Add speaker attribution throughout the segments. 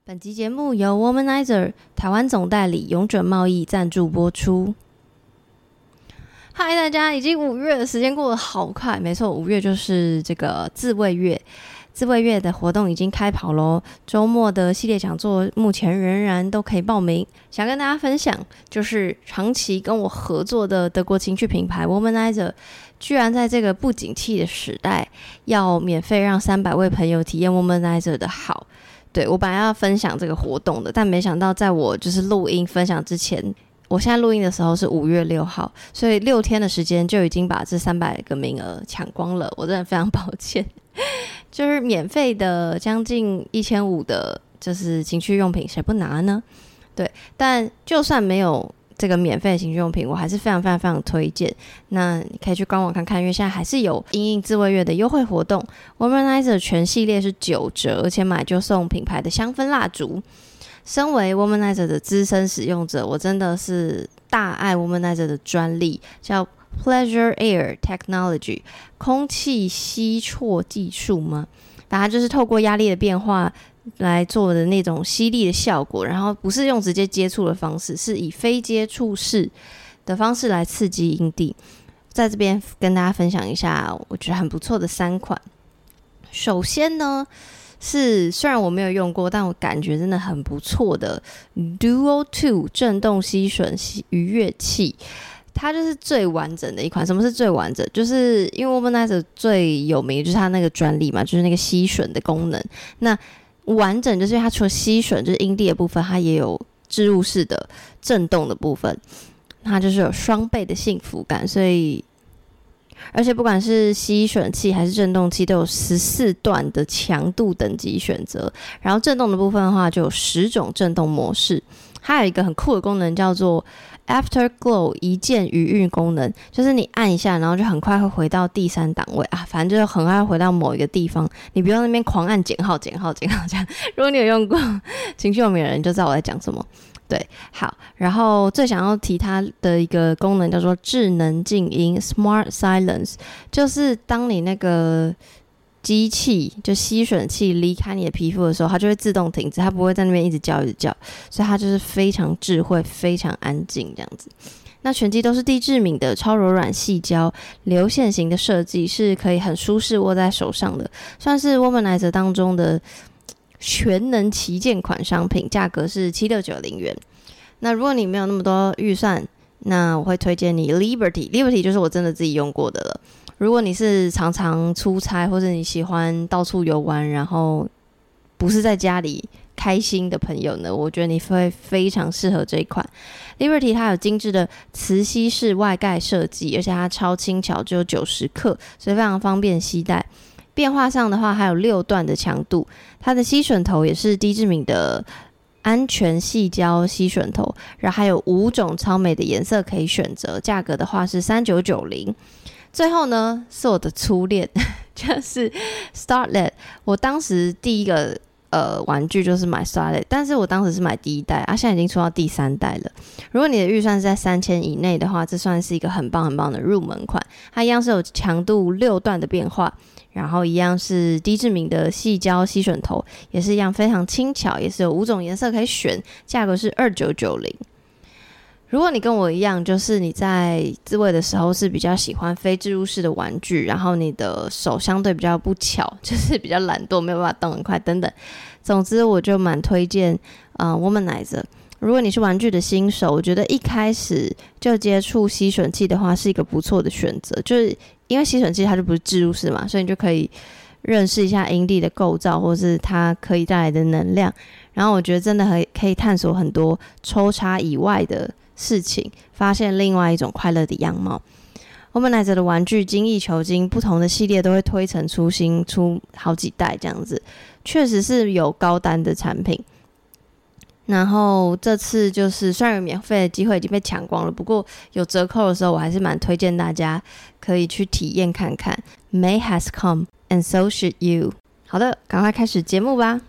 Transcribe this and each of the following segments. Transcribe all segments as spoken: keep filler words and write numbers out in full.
Speaker 1: 本集节目由 Womanizer 台湾总代理永准贸易赞助播出。嗨，大家，已经五月了，时间过得好快。没错，五月就是这个自慰月，自慰月的活动已经开跑咯，周末的系列讲座目前仍然都可以报名。想跟大家分享，就是长期跟我合作的德国情趣品牌 Womanizer， 居然在这个不景气的时代，要免费让三百位朋友体验 Womanizer 的好。对，我本来要分享这个活动的，但没想到在我就是录音分享之前，我现在录音的时候是五月六号，所以六天的时间就已经把这三百个名额抢光了，我真的非常抱歉。就是免费的将近一千五的，就是情趣用品，谁不拿呢？对，但就算没有这个免费的情趣用品，我还是非常非常非常推荐。那你可以去官网看看，因为现在还是有因应自慰月的优惠活动。Womanizer 全系列是九折，而且买就送品牌的香氛蜡烛。身为 Womanizer 的资深使用者，我真的是大爱 Womanizer 的专利，叫 Pleasure Air Technology 空气吸啜技术吗？反正就是透过压力的变化来做的那种吸力的效果，然后不是用直接接触的方式，是以非接触式的方式来刺激阴蒂。在这边跟大家分享一下我觉得很不错的三款。首先呢是虽然我没有用过，但我感觉真的很不错的 Duo two 震动吸吮愉悦器。它就是最完整的一款。什么是最完整？就是因为 Womanizer 最有名就是它那个专利嘛，就是那个吸吮的功能。那完整就是因为它除了吸吮就是阴蒂的部分，它也有置入式的震动的部分，它就是有双倍的幸福感。所以而且不管是吸吮器还是震动器都有十四段的强度等级选择，然后震动的部分的话就有十种震动模式。还有一个很酷的功能叫做 Afterglow 一键余韵功能，就是你按一下然后就很快会回到第三档位啊，反正就是很快会回到某一个地方，你不用那边狂按减号减号减号这样。如果你有用过情趣用品的人就知道我在讲什么。对，好，然后最想要提它的一个功能叫做智能静音 Smart Silence， 就是当你那个机器就吸吮器离开你的皮肤的时候，它就会自动停止，它不会在那边一直叫一直叫，所以它就是非常智慧非常安静这样子。那全机都是低致敏的超柔软细胶流线型的设计，是可以很舒适握在手上的，算是 Womanizer 当中的全能旗舰款商品，价格是七千六百九十元。那如果你没有那么多预算，那我会推荐你 Liberty Liberty 就是我真的自己用过的了。如果你是常常出差，或者你喜欢到处游玩，然后不是在家里开心的朋友呢，我觉得你会非常适合这一款 Liberty。 它有精致的磁吸式外盖设计，而且它超轻巧，只有九十克，所以非常方便携带。变化上的话还有六段的强度，它的吸吮头也是低致敏的安全细胶吸吮头，然后还有五种超美的颜色可以选择，价格的话是三千九百九十元。最后呢是我的初恋就是 Starlet。 我当时第一个呃玩具就是买 Starlet， 但是我当时是买第一代啊，现在已经出到第三代了。如果你的预算是在三千以内的话，这算是一个很棒很棒的入门款。它一样是有强度六段的变化，然后一样是低致敏的细胶吸吮头，也是一样非常轻巧，也是有五种颜色可以选，价格是二千九百九十元。如果你跟我一样，就是你在自慰的时候是比较喜欢非置入式的玩具，然后你的手相对比较不巧，就是比较懒惰，没有办法动很快等等，总之我就蛮推荐呃 Womanizer。如果你是玩具的新手，我觉得一开始就接触吸吮器的话是一个不错的选择，就是因为吸吮器它就不是置入式嘛，所以你就可以认识一下阴蒂的构造，或是它可以带来的能量。然后我觉得真的可以探索很多抽插以外的事情，发现另外一种快乐的样貌。Womanizer 的玩具精益求精，不同的系列都会推陈出新，出好几代这样子，确实是有高单的产品。然后这次就是虽然有免费的机会已经被抢光了，不过有折扣的时候我还是蛮推荐大家可以去体验看看。 May has come and so should you。 好的，赶快开始节目吧。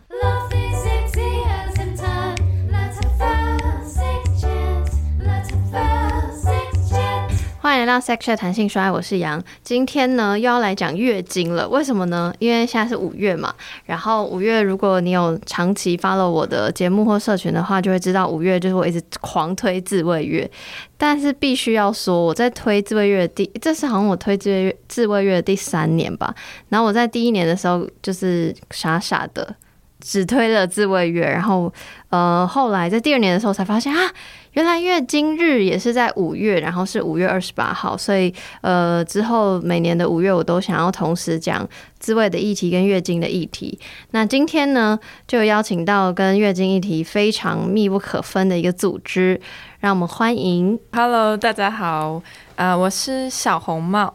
Speaker 1: 欢迎迎来到 Sex Chat 谈性说爱，我是杨。今天呢又要来讲月经了，为什么呢？因为现在是五月嘛，然后五月如果你有长期 follow 我的节目或社群的话，就会知道五月就是我一直狂推自慰月。但是必须要说，我在推自慰月的第，这是好像我推自慰月自慰月的第三年吧。然后我在第一年的时候就是傻傻的只推了自慰月，然后呃后来在第二年的时候才发现啊。原来月经日也是在五月，然后是五月二十八号，所以呃之后每年的五月我都想要同时讲自慰的议题跟月经的议题。那今天呢，就邀请到跟月经议题非常密不可分的一个组织，让我们欢迎。
Speaker 2: Hello， 大家好，呃，我是小红帽。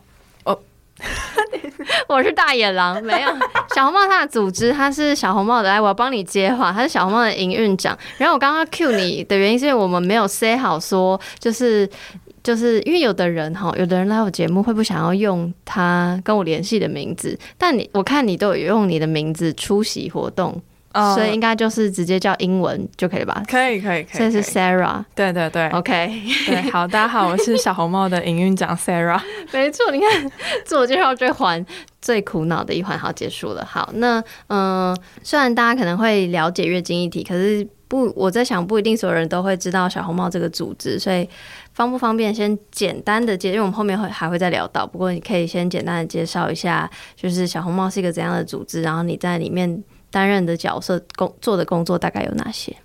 Speaker 1: 我是大野狼，没有小红帽，他的组织他是小红帽的，来，我要帮你接话，他是小红帽的营运长。然后我刚刚 cue 你的原因是因为我们没有 say 好说，就是就是因为有的人哈，有的人来我节目会不想要用他跟我联系的名字，但你我看你都有用你的名字出席活动。Oh, 所以应该就是直接叫英文就可以了吧？
Speaker 2: 可以可以可以。
Speaker 1: 这是 Sarah。
Speaker 2: 对对对
Speaker 1: ，OK。
Speaker 2: 对，好，大家好，我是小红帽的营运长 Sarah。
Speaker 1: 没错，你看自我介绍这环最苦恼的一环好结束了。好，那嗯、呃，虽然大家可能会了解月经议题，可是不，我在想不一定所有人都会知道小红帽这个组织，所以方不方便先简单的介，因为我们后面会还会再聊到。不过你可以先简单的介绍一下，就是小红帽是一个怎样的组织，然后你在里面担任的角色工做的工作大概有哪些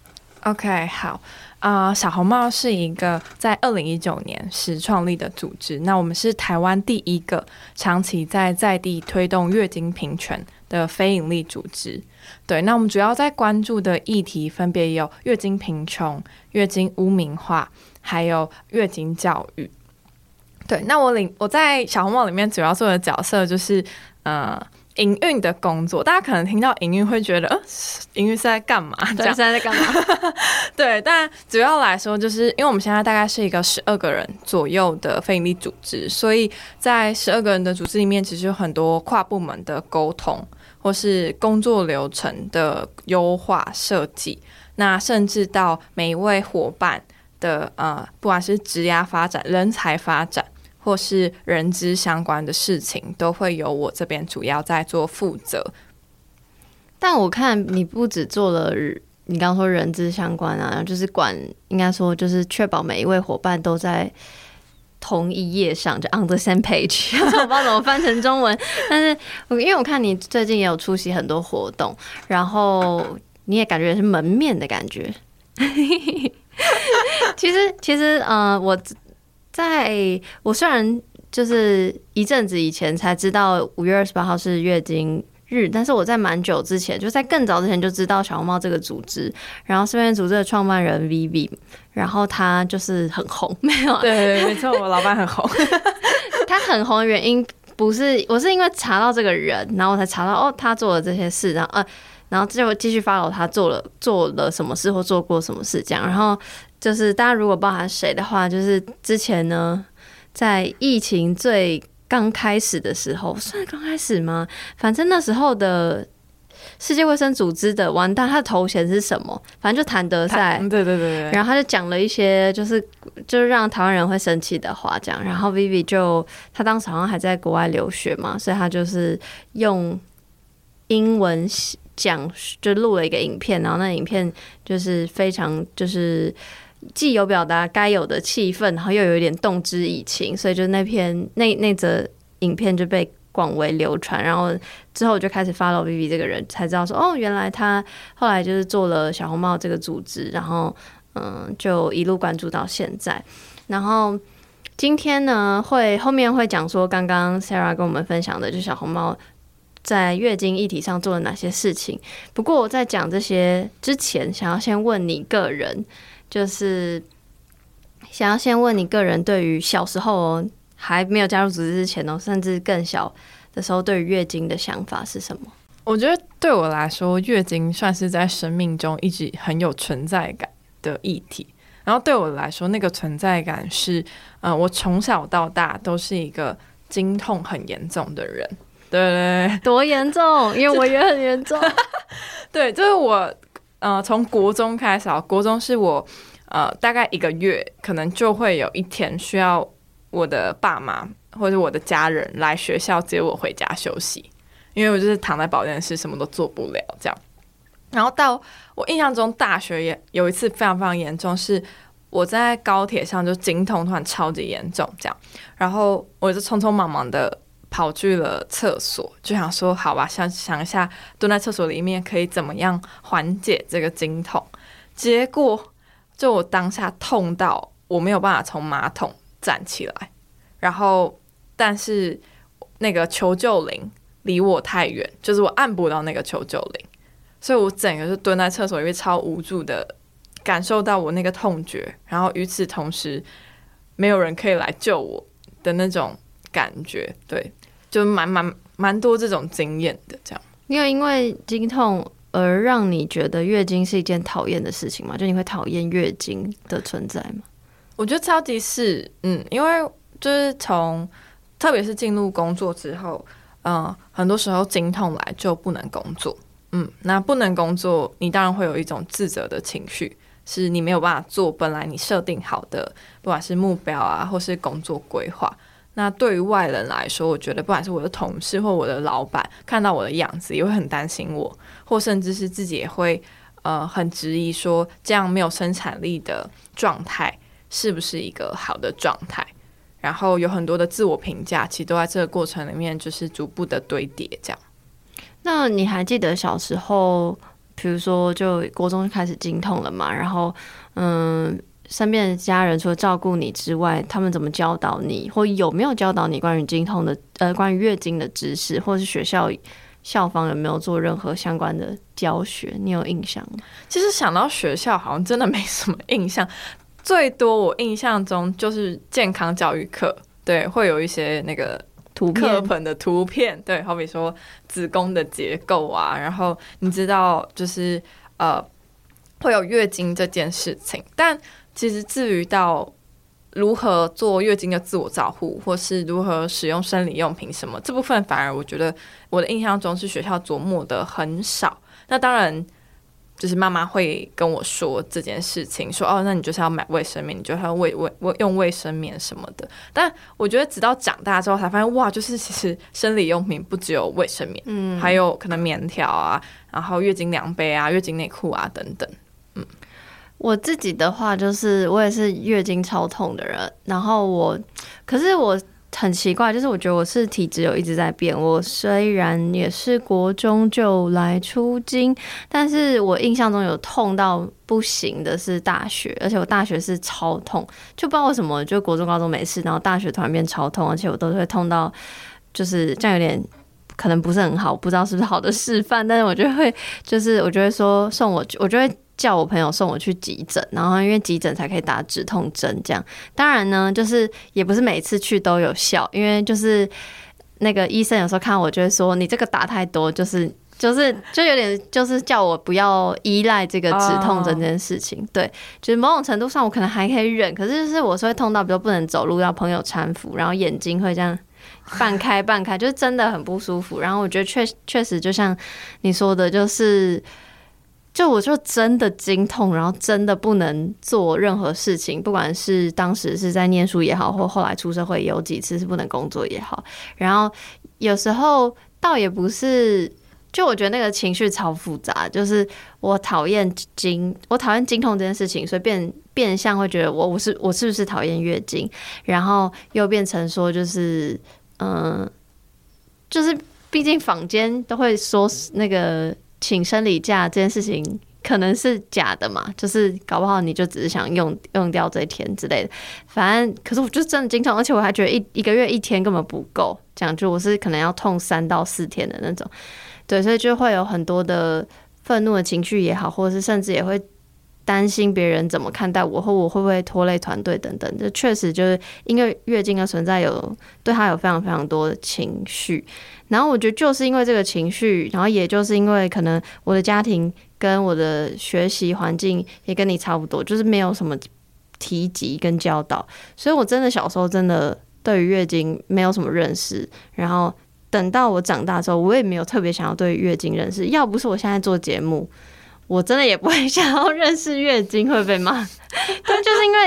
Speaker 2: ？OK， 好，啊、呃，小红帽是一个在二零一九年时创立的组织。那我们是台湾第一个长期在在地推动月经平权的非营利组织。对，那我们主要在关注的议题分别有月经贫穷、月经污名化，还有月经教育。对，那我领我在小红帽里面主要做的角色就是呃。营运的工作，大家可能听到营运会觉得，呃，营运是在干嘛？
Speaker 1: 对，现在在干嘛？
Speaker 2: 对，但主要来说，就是因为我们现在大概是一个十二个人左右的非营利组织，所以在十二个人的组织里面，其实有很多跨部门的沟通，或是工作流程的优化设计，那甚至到每一位伙伴的呃，不管是职涯发展、人才发展。或是人资相关的事情，都会由我这边主要在做负责。
Speaker 1: 但我看你不只做了，你刚刚说人资相关啊，就是管，应该说就是确保每一位伙伴都在同一页上，就 on the same page。我不知道怎么翻成中文，但是因为我看你最近也有出席很多活动，然后你也感觉是门面的感觉。其实，其实呃，我。在我虽然就是一阵子以前才知道五月二十八号是月经日，但是我在蛮久之前，就在更早之前就知道小红帽这个组织，然后身边组织的创办人 Vivi， 然后他就是很红，没有？
Speaker 2: 对对，没错，我老板很红。
Speaker 1: 他很红的原因不是我是因为查到这个人，然后我才查到哦，他做了这些事，然后呃，然后就继续 follow 他做了做了什么事或做过什么事这样，然后。就是大家如果不知道他是谁的话，就是之前呢，在疫情最刚开始的时候，算刚开始吗？反正那时候的世界卫生组织的完蛋，他的头衔是什么？反正就谭德赛，
Speaker 2: 对对对对。
Speaker 1: 然后他就讲了一些就是就是让台湾人会生气的话，这样。然后 Vivi 就他当时好像还在国外留学嘛，所以他就是用英文讲，就录了一个影片，然后那影片就是非常就是。既有表达该有的气氛，然后又有一点动之以情，所以就那篇那那则影片就被广为流传。然后之后我就开始 follow Vivi 这个人，才知道说哦，原来他后来就是做了小红帽这个组织，然后嗯，就一路关注到现在。然后今天呢，会后面会讲说刚刚 Sarah 跟我们分享的，就是小红帽在月经议题上做了哪些事情。不过我在讲这些之前，想要先问你个人。就是想要先问你个人对于小时候、哦、还没有加入组织之前哦，甚至更小的时候对于月经的想法是什么？
Speaker 2: 我觉得对我来说，月经算是在生命中一直很有存在感的议题。然后对我来说，那个存在感是，呃，我从小到大都是一个经痛很严重的人。对对对，
Speaker 1: 多严重？因为我也很严重。
Speaker 2: 对，就是我。呃，从国中开始啊，国中是我呃大概一个月可能就会有一天需要我的爸妈或者我的家人来学校接我回家休息，因为我就是躺在保健室什么都做不了这样。然后到我印象中大学也有一次非常非常严重，是我在高铁上就经痛突然超级严重这样，然后我就匆匆忙忙的跑去了厕所，就想说好吧，想想一下蹲在厕所里面可以怎么样缓解这个经痛。结果就我当下痛到我没有办法从马桶站起来，然后但是那个求救铃离我太远，就是我按不到那个求救铃，所以我整个就蹲在厕所里面超无助的感受到我那个痛觉，然后与此同时没有人可以来救我的那种感觉。对，就蛮蛮蛮多这种经验的这样。
Speaker 1: 你有因为经痛而让你觉得月经是一件讨厌的事情吗？就你会讨厌月经的存在吗？
Speaker 2: 我觉得超级是，嗯，因为就是从特别是进入工作之后，嗯，很多时候经痛来就不能工作，嗯，那不能工作，你当然会有一种自责的情绪，是你没有办法做本来你设定好的，不管是目标啊，或是工作规划。那对于外人来说，我觉得不管是我的同事或我的老板看到我的样子也会很担心我，或甚至是自己也会呃很质疑说这样没有生产力的状态是不是一个好的状态，然后有很多的自我评价其实都在这个过程里面就是逐步的堆叠这样。
Speaker 1: 那你还记得小时候比如说就国中开始经痛了嘛，然后嗯身边的家人除了照顾你之外，他们怎么教导你，或有没有教导你关于经痛的呃关于月经的知识，或是学校校方有没有做任何相关的教学，你有印象吗？
Speaker 2: 其实想到学校好像真的没什么印象，最多我印象中就是健康教育课，对，会有一些那个课本的图片，对，好比说子宫的结构啊，然后你知道就是呃会有月经这件事情，但其实至于到如何做月经的自我照护，或是如何使用生理用品什么，这部分反而我觉得我的印象中是学校琢磨的很少。那当然就是妈妈会跟我说这件事情，说哦，那你就是要买卫生棉，你就要卫卫用卫生棉什么的。但我觉得直到长大之后才发现，哇，就是其实生理用品不只有卫生棉，嗯，还有可能棉条啊，然后月经量杯啊、月经内裤啊等等。嗯，
Speaker 1: 我自己的话就是我也是月经超痛的人，然后我可是我很奇怪，就是我觉得我是体质有一直在变。我虽然也是国中就来初经，但是我印象中有痛到不行的是大学，而且我大学是超痛，就不知道为什么，就国中高中没事，然后大学突然变超痛，而且我都会痛到就是这样，有点可能不是很好，不知道是不是好的示范，但是我就会就是我就会说送我，我就会叫我朋友送我去急诊，然后因为急诊才可以打止痛针这样。当然呢，就是也不是每次去都有效，因为就是那个医生有时候看我就会说你这个打太多，就是就是就有点就是叫我不要依赖这个止痛针这件事情。Oh. 对，就是某种程度上我可能还可以忍，可是就是我是会痛到比如不能走路，要朋友搀扶，然后眼睛会这样半开半开，就是真的很不舒服。然后我觉得确确实就像你说的，就是就我就真的经痛，然后真的不能做任何事情，不管是当时是在念书也好，或后来出社会有几次是不能工作也好。然后有时候倒也不是，就我觉得那个情绪超复杂，就是我讨厌经，我讨厌经痛这件事情，所以变变相会觉得我我是我是不是讨厌月经，然后又变成说就是嗯、呃，就是毕竟坊间都会说那个请生理假这件事情可能是假的嘛，就是搞不好你就只是想用用掉这一天之类的。反正可是我就真的经痛，而且我还觉得一一个月一天根本不够，这样就我是可能要痛三到四天的那种。对，所以就会有很多的愤怒的情绪也好，或者是甚至也会担心别人怎么看待我，或我会不会拖累团队等等。这确实就是因为月经的存在有对他有非常非常多的情绪，然后我觉得就是因为这个情绪，然后也就是因为可能我的家庭跟我的学习环境也跟你差不多，就是没有什么提及跟教导，所以我真的小时候真的对于月经没有什么认识，然后等到我长大之后，我也没有特别想要对月经认识。要不是我现在做节目，我真的也不会想要认识月经会被骂。但就是因为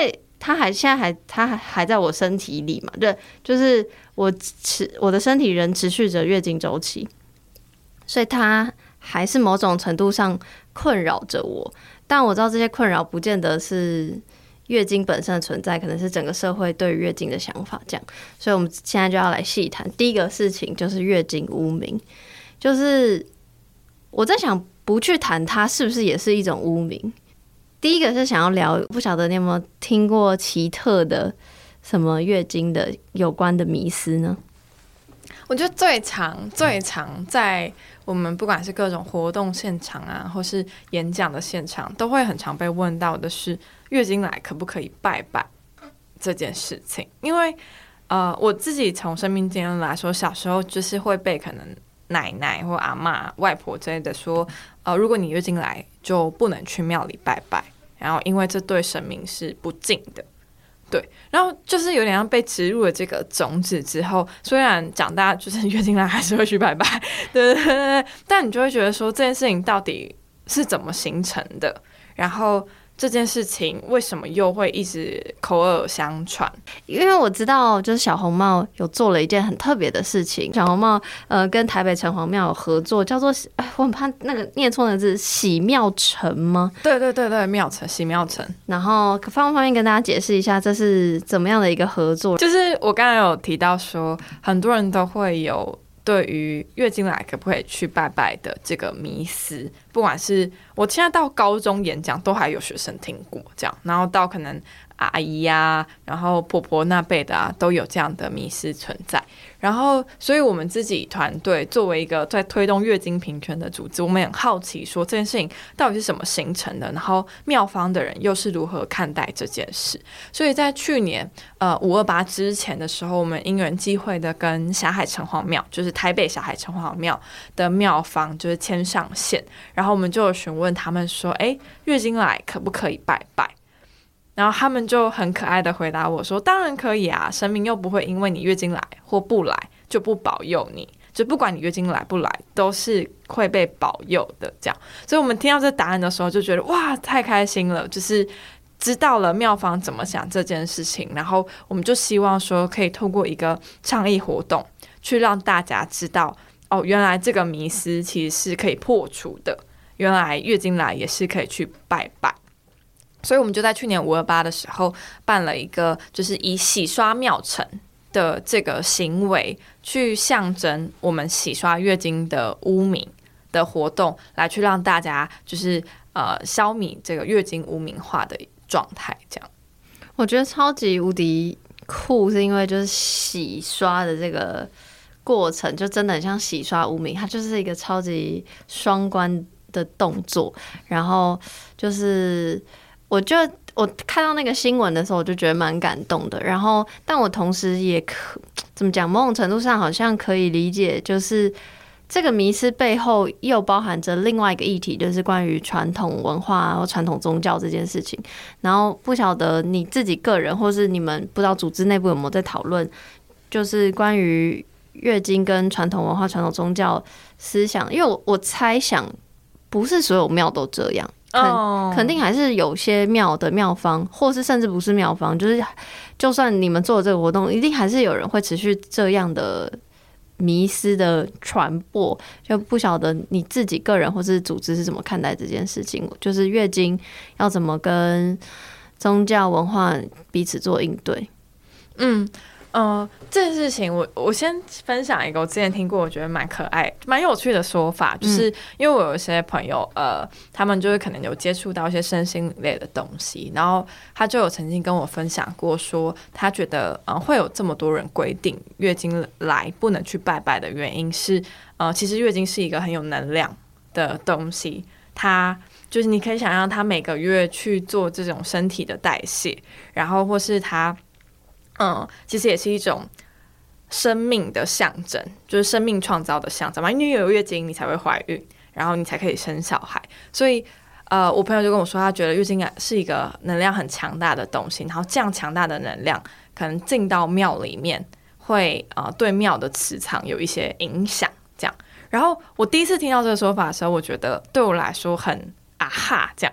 Speaker 1: 它还现在还它还还在我身体里嘛，对，就是我持我的身体仍持续着月经周期，所以它还是某种程度上困扰着我。但我知道这些困扰不见得是月经本身的存在，可能是整个社会对于月经的想法这样。所以我们现在就要来细谈第一个事情，就是月经污名。就是我在想，不去谈它是不是也是一种污名？第一个是想要聊，不晓得你有没有听过奇特的什么月经的有关的迷思呢？
Speaker 2: 我觉得最常最常在我们不管是各种活动现场啊，或是演讲的现场，都会很常被问到的是月经来可不可以拜拜这件事情。因为呃，我自己从生命经验来说，小时候就是会被可能奶奶或阿嬷、外婆之类的说，呃，如果你月经来就不能去庙里拜拜，然后因为这对神明是不敬的。对，然后就是有点像被植入了这个种子之后，虽然长大就是月经来还是会去拜拜，对对对对，但你就会觉得说这件事情到底是怎么形成的，然后这件事情为什么又会一直口耳相传？
Speaker 1: 因为我知道，就是小红帽有做了一件很特别的事情。小红帽呃跟台北城隍庙有合作，叫做哎，我很怕那个念错的字，喜庙城吗？
Speaker 2: 对对对对，庙城，喜庙城。然
Speaker 1: 后方不方便跟大家解释一下，这是怎么样的一个合作？
Speaker 2: 就是我刚才有提到说，很多人都会有对于月经来可不可以去拜拜的这个迷思，不管是我现在到高中演讲都还有学生听过这样，然后到可能阿姨啊，然后婆婆那辈的啊，都有这样的迷思存在。然后所以我们自己团队作为一个在推动月经平权的组织，我们很好奇说这件事情到底是什么形成的，然后庙方的人又是如何看待这件事。所以在去年呃五二八之前的时候，我们因缘际会的跟霞海城隍庙，就是台北霞海城隍庙的庙方就是牵上线，然后我们就有询问他们说，哎，月经来可不可以拜拜？然后他们就很可爱的回答我说，当然可以啊，神明又不会因为你月经来或不来就不保佑你，就不管你月经来不来都是会被保佑的这样。所以我们听到这答案的时候就觉得哇，太开心了，就是知道了庙方怎么想这件事情，然后我们就希望说可以透过一个倡议活动去让大家知道，哦，原来这个迷思其实是可以破除的，原来月经来也是可以去拜拜。所以我们就在去年五二八的时候办了一个就是以洗刷庙城的这个行为去象征我们洗刷月经的污名的活动，来去让大家就是呃消弭这个月经污名化的状态。这样
Speaker 1: 我觉得超级无敌酷，是因为就是洗刷的这个过程就真的很像洗刷污名，它就是一个超级双关的动作。然后就是我就我看到那个新闻的时候，我就觉得蛮感动的。然后，但我同时也可怎么讲，某种程度上好像可以理解，就是这个迷思背后又包含着另外一个议题，就是关于传统文化或传统宗教这件事情。然后不晓得你自己个人，或是你们不知道组织内部有没有在讨论，就是关于月经跟传统文化、传统宗教思想，因为我我猜想不是所有庙都这样。肯, 肯定还是有些庙的庙方，或是甚至不是庙方，就是就算你们做这个活动，一定还是有人会持续这样的迷思的传播。就不晓得你自己个人或是组织是怎么看待这件事情，就是月经要怎么跟宗教文化彼此做应对。
Speaker 2: 嗯呃，这件事情我我先分享一个我之前听过我觉得蛮可爱蛮有趣的说法，就是因为我有一些朋友呃，他们就是可能有接触到一些身心类的东西，然后他就有曾经跟我分享过说他觉得呃会有这么多人规定月经来不能去拜拜的原因是呃其实月经是一个很有能量的东西，它就是你可以想象他每个月去做这种身体的代谢，然后或是他嗯，其实也是一种生命的象征，就是生命创造的象征嘛。因为有月经，你才会怀孕，然后你才可以生小孩。所以，呃，我朋友就跟我说，他觉得月经是一个能量很强大的东西，然后这样强大的能量可能进到庙里面，会呃对庙的磁场有一些影响。这样，然后我第一次听到这个说法的时候，我觉得对我来说很啊哈，这样。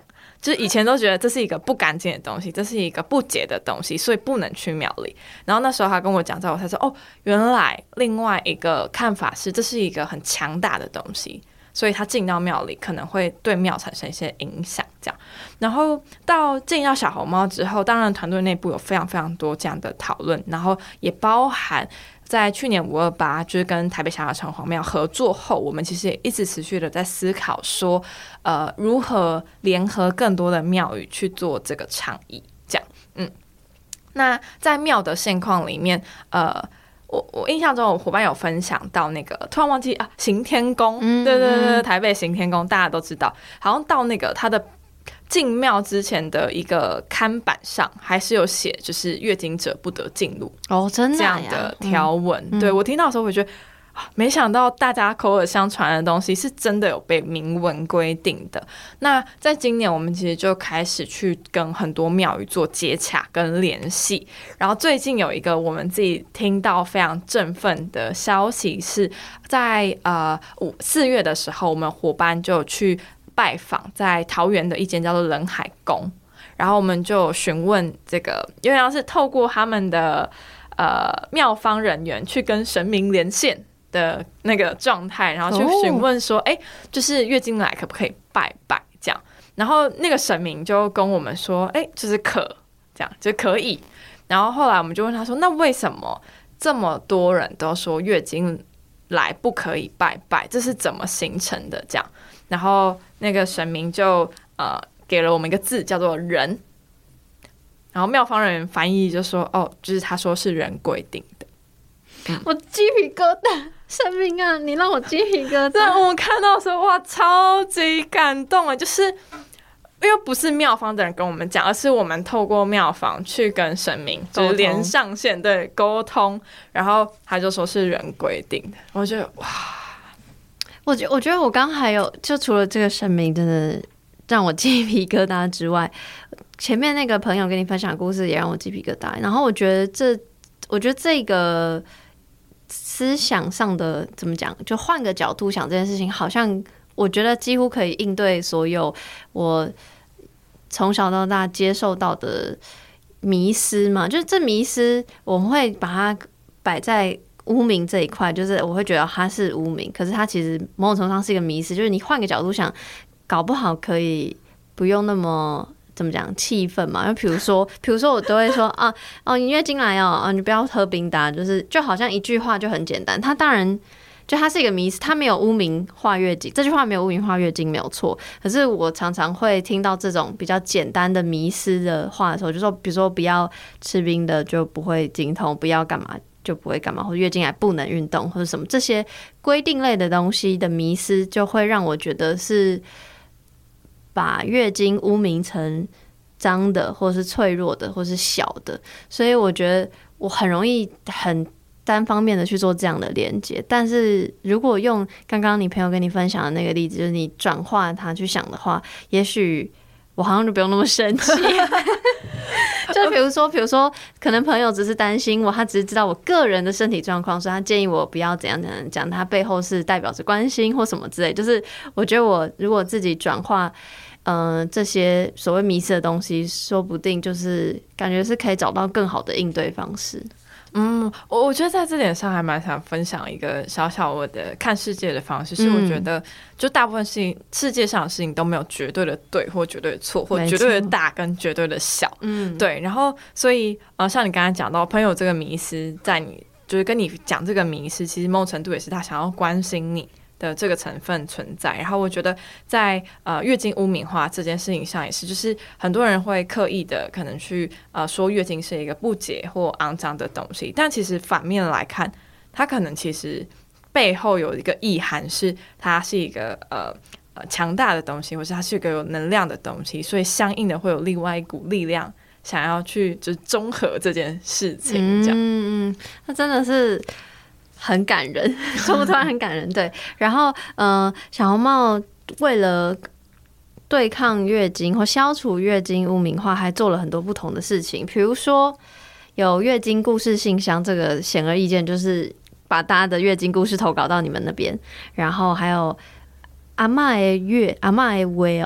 Speaker 2: 就是以前都觉得这是一个不干净的东西，这是一个不洁的东西，所以不能去庙里。然后那时候他跟我讲之后，我才说哦，原来另外一个看法是这是一个很强大的东西，所以他进到庙里可能会对庙产生一些影响，这样。然后到进到小红帽之后，当然团队内部有非常非常多这样的讨论，然后也包含在去年五二八就是跟台北小小城隍庙合作后，我们其实也一直持续的在思考说，呃，如何联合更多的庙宇去做这个倡议，这样。嗯，那在庙的现况里面，呃。我我印象中，我伙伴有分享到那个，突然忘记啊，行天宫，嗯、对对对，台北行天宫大家都知道，好像到那个他的进庙之前的一个看板上，还是有写，就是月经者不得进入
Speaker 1: 哦，真的
Speaker 2: 这样的条文。
Speaker 1: 嗯、
Speaker 2: 对我听到的时候，我觉得。没想到大家口耳相传的东西是真的有被明文规定的。那在今年我们其实就开始去跟很多庙宇做接洽跟联系，然后最近有一个我们自己听到非常振奋的消息是在呃五四月的时候，我们伙伴就去拜访在桃园的一间叫做仁海宫，然后我们就询问这个，因为要是透过他们的呃庙方人员去跟神明连线的那个状态，然后去询问说，哎、oh. 欸，就是月经来可不可以拜拜这样？然后那个神明就跟我们说，哎、欸，就是可这样，就可以。然后后来我们就问他说，那为什么这么多人都说月经来不可以拜拜？这是怎么形成的？这样，然后那个神明就呃给了我们一个字，叫做人。然后庙方人员翻译就说，哦，就是他说是人规定的。
Speaker 1: 嗯、我鸡皮疙瘩。神明啊，你让我鸡皮疙瘩！
Speaker 2: 对，我们看到的时候，哇，超级感动啊！就是因为不是庙方的人跟我们讲，而是我们透过庙方去跟神明就是连上线，对，沟通，然后他就说是人规定的。我觉得哇，
Speaker 1: 我觉我觉得我刚还有，就除了这个神明真的让我鸡皮疙瘩之外，前面那个朋友跟你分享的故事也让我鸡皮疙瘩。然后我觉得这，我觉得这个。思想上的怎么讲？就换个角度想这件事情，好像我觉得几乎可以应对所有我从小到大接受到的迷思嘛。就是这迷思，我会把它摆在污名这一块，就是我会觉得它是污名，可是它其实某种程度上是一个迷思。就是你换个角度想，搞不好可以不用那么。怎么讲气氛嘛？就比如说，比如说我都会说啊，哦，你月经来哦，啊，你不要喝冰的、啊，就是就好像一句话就很简单。它当然就它是一个迷思，它没有污名化月经，这句话没有污名化月经没有错。可是我常常会听到这种比较简单的迷思的话的时候，就说比如说不要吃冰的就不会经痛，不要干嘛就不会干嘛，或者月经来不能运动或者什么这些规定类的东西的迷思，就会让我觉得是。把月经污名成脏的，或是脆弱的，或是小的，所以我觉得我很容易很单方面的去做这样的连接。但是如果用刚刚你朋友跟你分享的那个例子，就是你转化它去想的话，也许我好像就不用那么生气。就比如说，比如说，可能朋友只是担心我，他只是知道我个人的身体状况，所以他建议我不要怎样怎样讲，他背后是代表着关心或什么之类。就是我觉得我如果自己转化，嗯、呃，这些所谓迷思的东西，说不定就是感觉是可以找到更好的应对方式。
Speaker 2: 嗯，我我觉得在这点上还蛮想分享一个小小我的看世界的方式，是我觉得就大部分事情世界上的事情都没有绝对的对或绝对的错，或绝对的大跟绝对的小，嗯，对。然后所以呃，像你刚才讲到朋友这个迷思，在你就是跟你讲这个迷思，其实某种程度也是他想要关心你的这个成分存在。然后我觉得在呃月经污名化这件事情上也是，就是很多人会刻意的可能去呃说月经是一个不洁或肮脏的东西，但其实反面来看，它可能其实背后有一个意涵，是它是一个呃呃强大的东西，或是它是一个有能量的东西，所以相应的会有另外一股力量想要去就是中和这件事情，这样。
Speaker 1: 嗯嗯，那真的是。很感人，突然很感人，对。然后，嗯、呃，小红帽为了对抗月经或消除月经污名化，还做了很多不同的事情。比如说，有月经故事信箱，这个显而易见就是把大家的月经故事投稿到你们那边。然后还有阿嬷的月，阿嬷的话哦，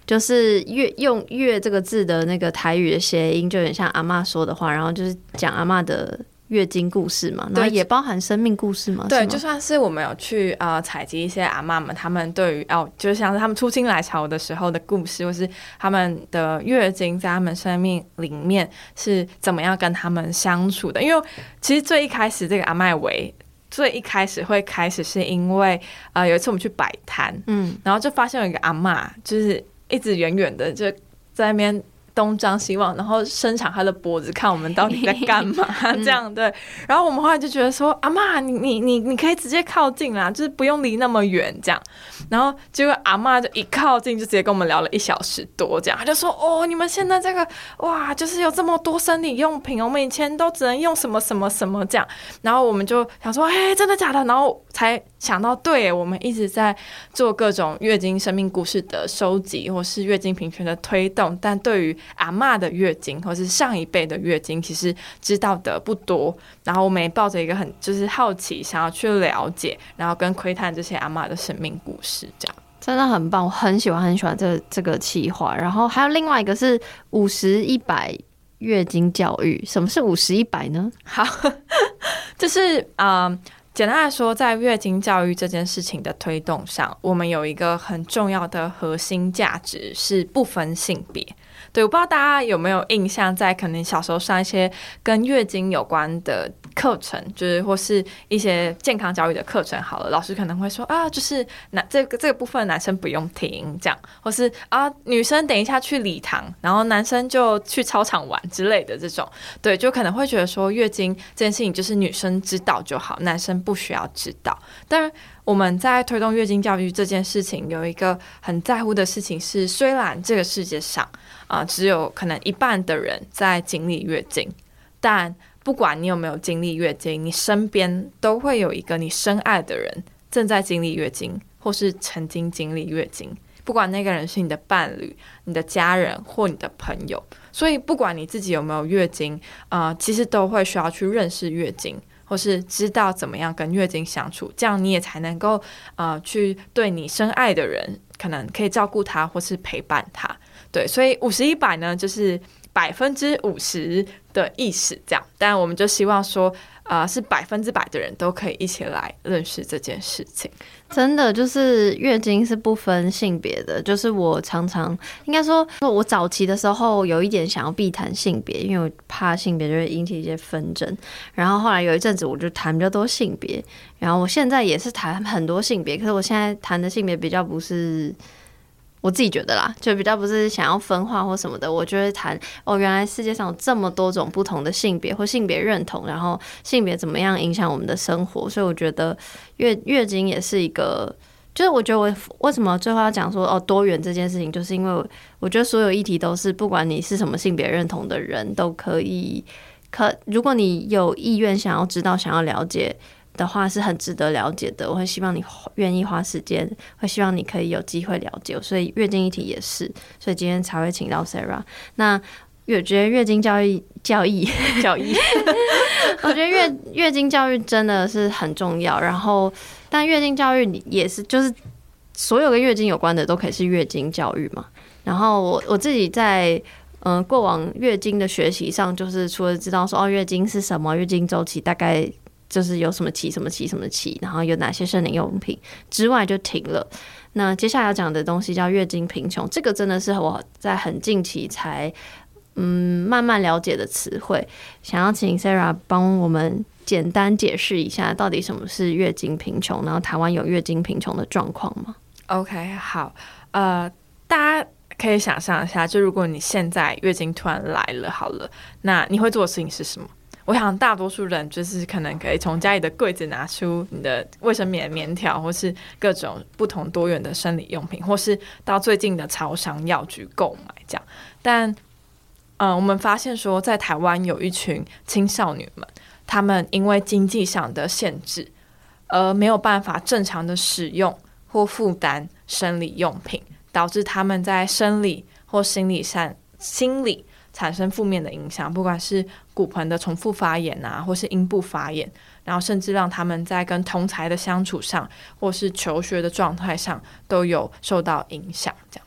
Speaker 1: 就是月用月这个字的那个台语的谐音，就有点像阿嬷说的话，然后就是讲阿嬷的月经故事嘛，然后也包含生命故事嘛。
Speaker 2: 对，就算是我们有去呃采集一些阿嬷们，他们对于哦，就像是他们初经来潮的时候的故事，或是他们的月经在他们生命里面是怎么样跟他们相处的。因为其实最一开始这个阿嬷围最一开始会开始是因为呃有一次我们去摆摊，嗯，然后就发现有一个阿嬷，就是一直远远的就在那边东张西望，然后伸长他的脖子看我们到底在干嘛这样对。然后我们后来就觉得说，阿嬷你你你你可以直接靠近啦，就是不用离那么远这样。然后结果阿嬷就一靠近就直接跟我们聊了一小时多这样，他就说哦，你们现在这个哇，就是有这么多生理用品，我们以前都只能用什么什么什么这样。然后我们就想说，哎，真的假的？然后才想到，对，我们一直在做各种月经生命故事的收集，或是月经平权的推动，但对于阿嬷的月经或是上一辈的月经其实知道的不多，然后我们也抱着一个很就是好奇想要去了解，然后跟窥探这些阿嬷的生命故事这样。
Speaker 1: 真的很棒，我很喜欢很喜欢这个这个企划。然后还有另外一个是五十一百月经教育，什么是五十一百呢？
Speaker 2: 好，就是嗯。简单来说，在月经教育这件事情的推动上，我们有一个很重要的核心价值是不分性别。对，我不知道大家有没有印象，在可能小时候上一些跟月经有关的课程，就是或是一些健康教育的课程好了，老师可能会说啊，就是男这个这个部分男生不用听这样，或是啊女生等一下去礼堂，然后男生就去操场玩之类的这种。对，就可能会觉得说月经这件事情就是女生知道就好，男生不需要知道。当然我们在推动月经教育这件事情有一个很在乎的事情是，虽然这个世界上呃，只有可能一半的人在经历月经，但不管你有没有经历月经，你身边都会有一个你深爱的人正在经历月经，或是曾经经历月经，不管那个人是你的伴侣、你的家人或你的朋友。所以不管你自己有没有月经，呃，其实都会需要去认识月经，或是知道怎么样跟月经相处，这样你也才能够呃去对你深爱的人，可能可以照顾他或是陪伴他。对，所以五十一百呢，就是百分之五十的意思这样。但我们就希望说，呃，是百分之百的人都可以一起来认识这件事情。
Speaker 1: 真的就是月经是不分性别的，就是我常常应该说，我早期的时候有一点想要避谈性别，因为我怕性别就会引起一些纷争。然后后来有一阵子我就谈比较多性别，然后我现在也是谈很多性别，可是我现在谈的性别比较不是。我自己觉得啦，就比较不是想要分化或什么的，我就会谈哦，原来世界上有这么多种不同的性别或性别认同，然后性别怎么样影响我们的生活，所以我觉得月月经也是一个，就是我觉得我为什么最后要讲说哦多元这件事情，就是因为我觉得所有议题都是不管你是什么性别认同的人都可以，可如果你有意愿想要知道、想要了解。的话是很值得了解的，我会希望你愿意花时间，会希望你可以有机会了解，所以月经议题也是，所以今天才会请到 Sarah。那我觉得月经教育教育
Speaker 2: 教育，
Speaker 1: 我觉得月月经教育真的是很重要，然后但月经教育也是就是所有跟月经有关的都可以是月经教育嘛。然后我我自己在。嗯，过往月经的学习上，就是除了知道说哦，月经是什么，月经周期大概就是有什么期、什么期、什么期，然后有哪些生理用品之外就停了。那接下来要讲的东西叫月经贫穷，这个真的是我在很近期才嗯慢慢了解的词汇，想要请 Sarah 帮我们简单解释一下，到底什么是月经贫穷，然后台湾有月经贫穷的状况吗
Speaker 2: ？OK， 好，呃，大家。可以想象一下，就如果你现在月经突然来了，好了，那你会做的事情是什么？我想大多数人就是可能可以从家里的柜子拿出你的卫生棉、棉条，或是各种不同多元的生理用品，或是到最近的超商药局购买这样。但，嗯、呃，我们发现说，在台湾有一群青少女们，她们因为经济上的限制，而没有办法正常的使用或负担生理用品。导致他们在生理或心理上心理产生负面的影响，不管是骨盆的重复发炎啊，或是阴部发炎，然后甚至让他们在跟同侪的相处上，或是求学的状态上都有受到影响。这样，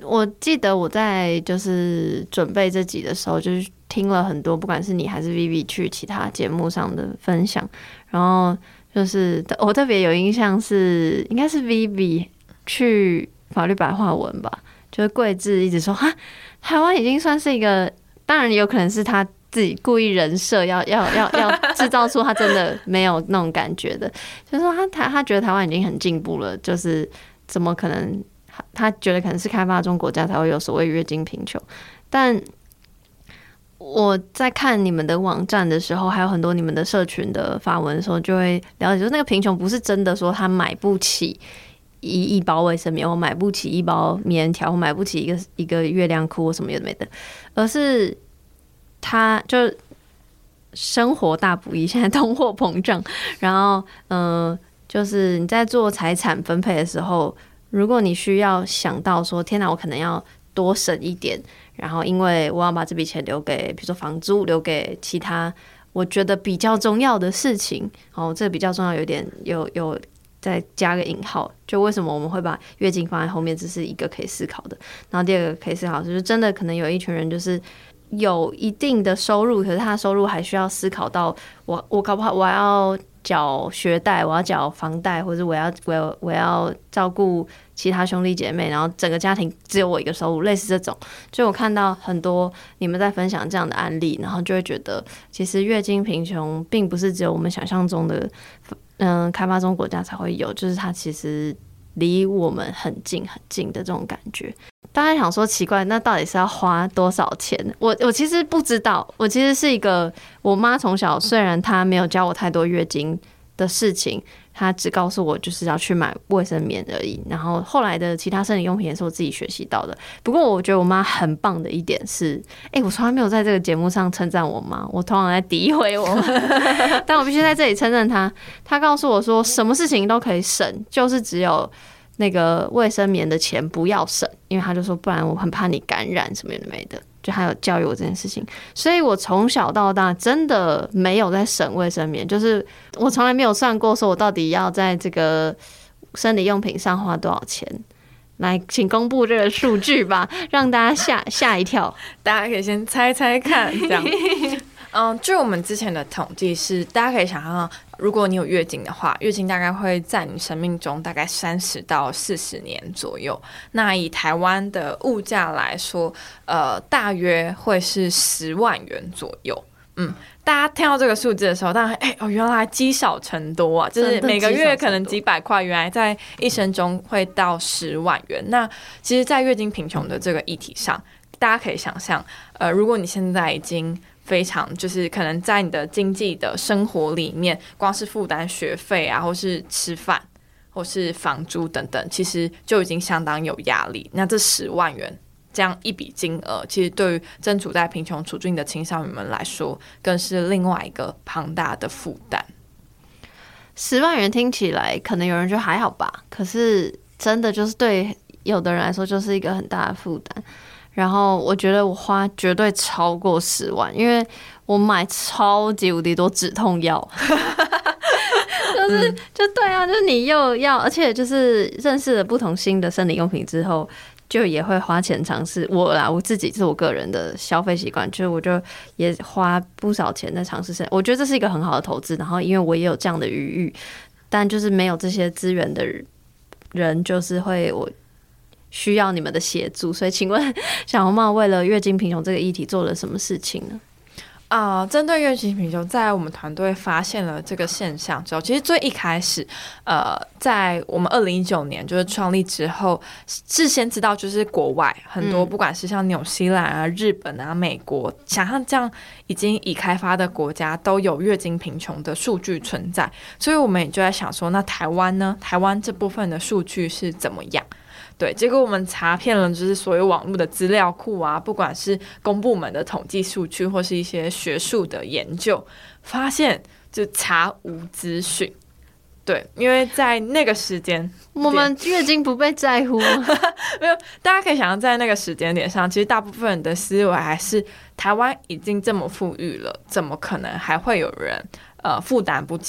Speaker 1: 我记得我在就是准备这集的时候，就是听了很多，不管是你还是 Vivi 去其他节目上的分享，然后就是我特别有印象是，应该是 Vivi 去法律白话文吧，就是桂智一直说哈，台湾已经算是一个，当然有可能是他自己故意人设要要要要制造出他真的没有那种感觉的，就是说他他他觉得台湾已经很进步了，就是怎么可能？他觉得可能是开发中国家才会有所谓月经贫穷，但我在看你们的网站的时候，还有很多你们的社群的发文的时候，就会了解说，那个贫穷不是真的说他买不起一一包卫生棉，我买不起一包棉条，我买不起一个一个月亮裤或什么有的没的，而是他就生活大不易，现在通货膨胀，然后嗯、呃，就是你在做财产分配的时候。如果你需要想到说，天哪，我可能要多省一点，然后因为我要把这笔钱留给，比如说房租，留给其他我觉得比较重要的事情。哦，这个比较重要，有点有有再加个引号，就为什么我们会把月经放在后面，这是一个可以思考的。然后第二个可以思考就是真的可能有一群人就是有一定的收入，可是他的收入还需要思考到我我搞不好我要缴学贷，我要缴房贷，或者我要我要我要照顾其他兄弟姐妹，然后整个家庭只有我一个收入，类似这种。就我看到很多你们在分享这样的案例，然后就会觉得，其实月经贫穷并不是只有我们想象中的，嗯、呃，开发中国家才会有，就是它其实离我们很近很近的这种感觉。大家想说奇怪，那到底是要花多少钱？我我其实不知道，我其实是一个我妈从小虽然她没有教我太多月经的事情，她只告诉我就是要去买卫生棉而已。然后后来的其他生理用品也是我自己学习到的。不过我觉得我妈很棒的一点是，哎、欸，我从来没有在这个节目上称赞我妈，我通常在诋毁我妈，但我必须在这里称赞她。她告诉我说，什么事情都可以省，就是只有那个卫生棉的钱不要省，因为他就说不然我很怕你感染什么的没的，就还有教育我这件事情，所以我从小到大真的没有在省卫生棉，就是我从来没有算过说我到底要在这个生理用品上花多少钱。来，请公布这个数据吧，让大家吓吓一跳。
Speaker 2: 大家可以先猜猜看，这样。嗯，据我们之前的统计是，大家可以想象，如果你有月经的话，月经大概会在你生命中大概三十到四十年左右。那以台湾的物价来说，呃，大约会是十万元左右。嗯，大家听到这个数字的时候，当然，哎、欸、哦，原来积少成多啊，就是每个月可能几百块，原来在一生中会到十万元。那其实，在月经贫穷的这个议题上，大家可以想象，呃，如果你现在已经非常就是可能在你的经济的生活里面，光是负担学费啊，或是吃饭，或是房租等等，其实就已经相当有压力。那这十万元这样一笔金额，其实对于正处在贫穷处境的青少年们来说，更是另外一个庞大的负担。
Speaker 1: 十万元听起来可能有人觉得还好吧，可是真的就是对有的人来说就是一个很大的负担。然后我觉得我花绝对超过十万，因为我买超级无敌多止痛药，就是就对啊，就是你又要，而且就是认识了不同新的生理用品之后，就也会花钱尝试。我啦，我自己是我个人的消费习惯，就是我就也花不少钱在尝试。我觉得这是一个很好的投资。然后因为我也有这样的余裕，但就是没有这些资源的人，就是会我。需要你们的协助，所以请问小红帽为了月经贫穷这个议题做了什么事情呢？
Speaker 2: 啊、呃，针对月经贫穷，在我们团队发现了这个现象之后，其实最一开始，呃，在我们二零一九年就是创立之后，事先知道就是国外很多，不管是像纽西兰啊、日本啊、美国，想象这样已经已开发的国家都有月经贫穷的数据存在，所以我们也就在想说，那台湾呢？台湾这部分的数据是怎么样？对，结果我们查遍了就是所有网络的资料库啊，不管是公部门的统计数据或是一些学术的研究，发现就查无资讯。对，因为在那个时间，
Speaker 1: 我们月经不被在乎吗？
Speaker 2: 没有，大家可以想象在那个时间点上，其实大部分人的思维还是台湾已经这么富裕了，怎么可能还会有人呃负担不起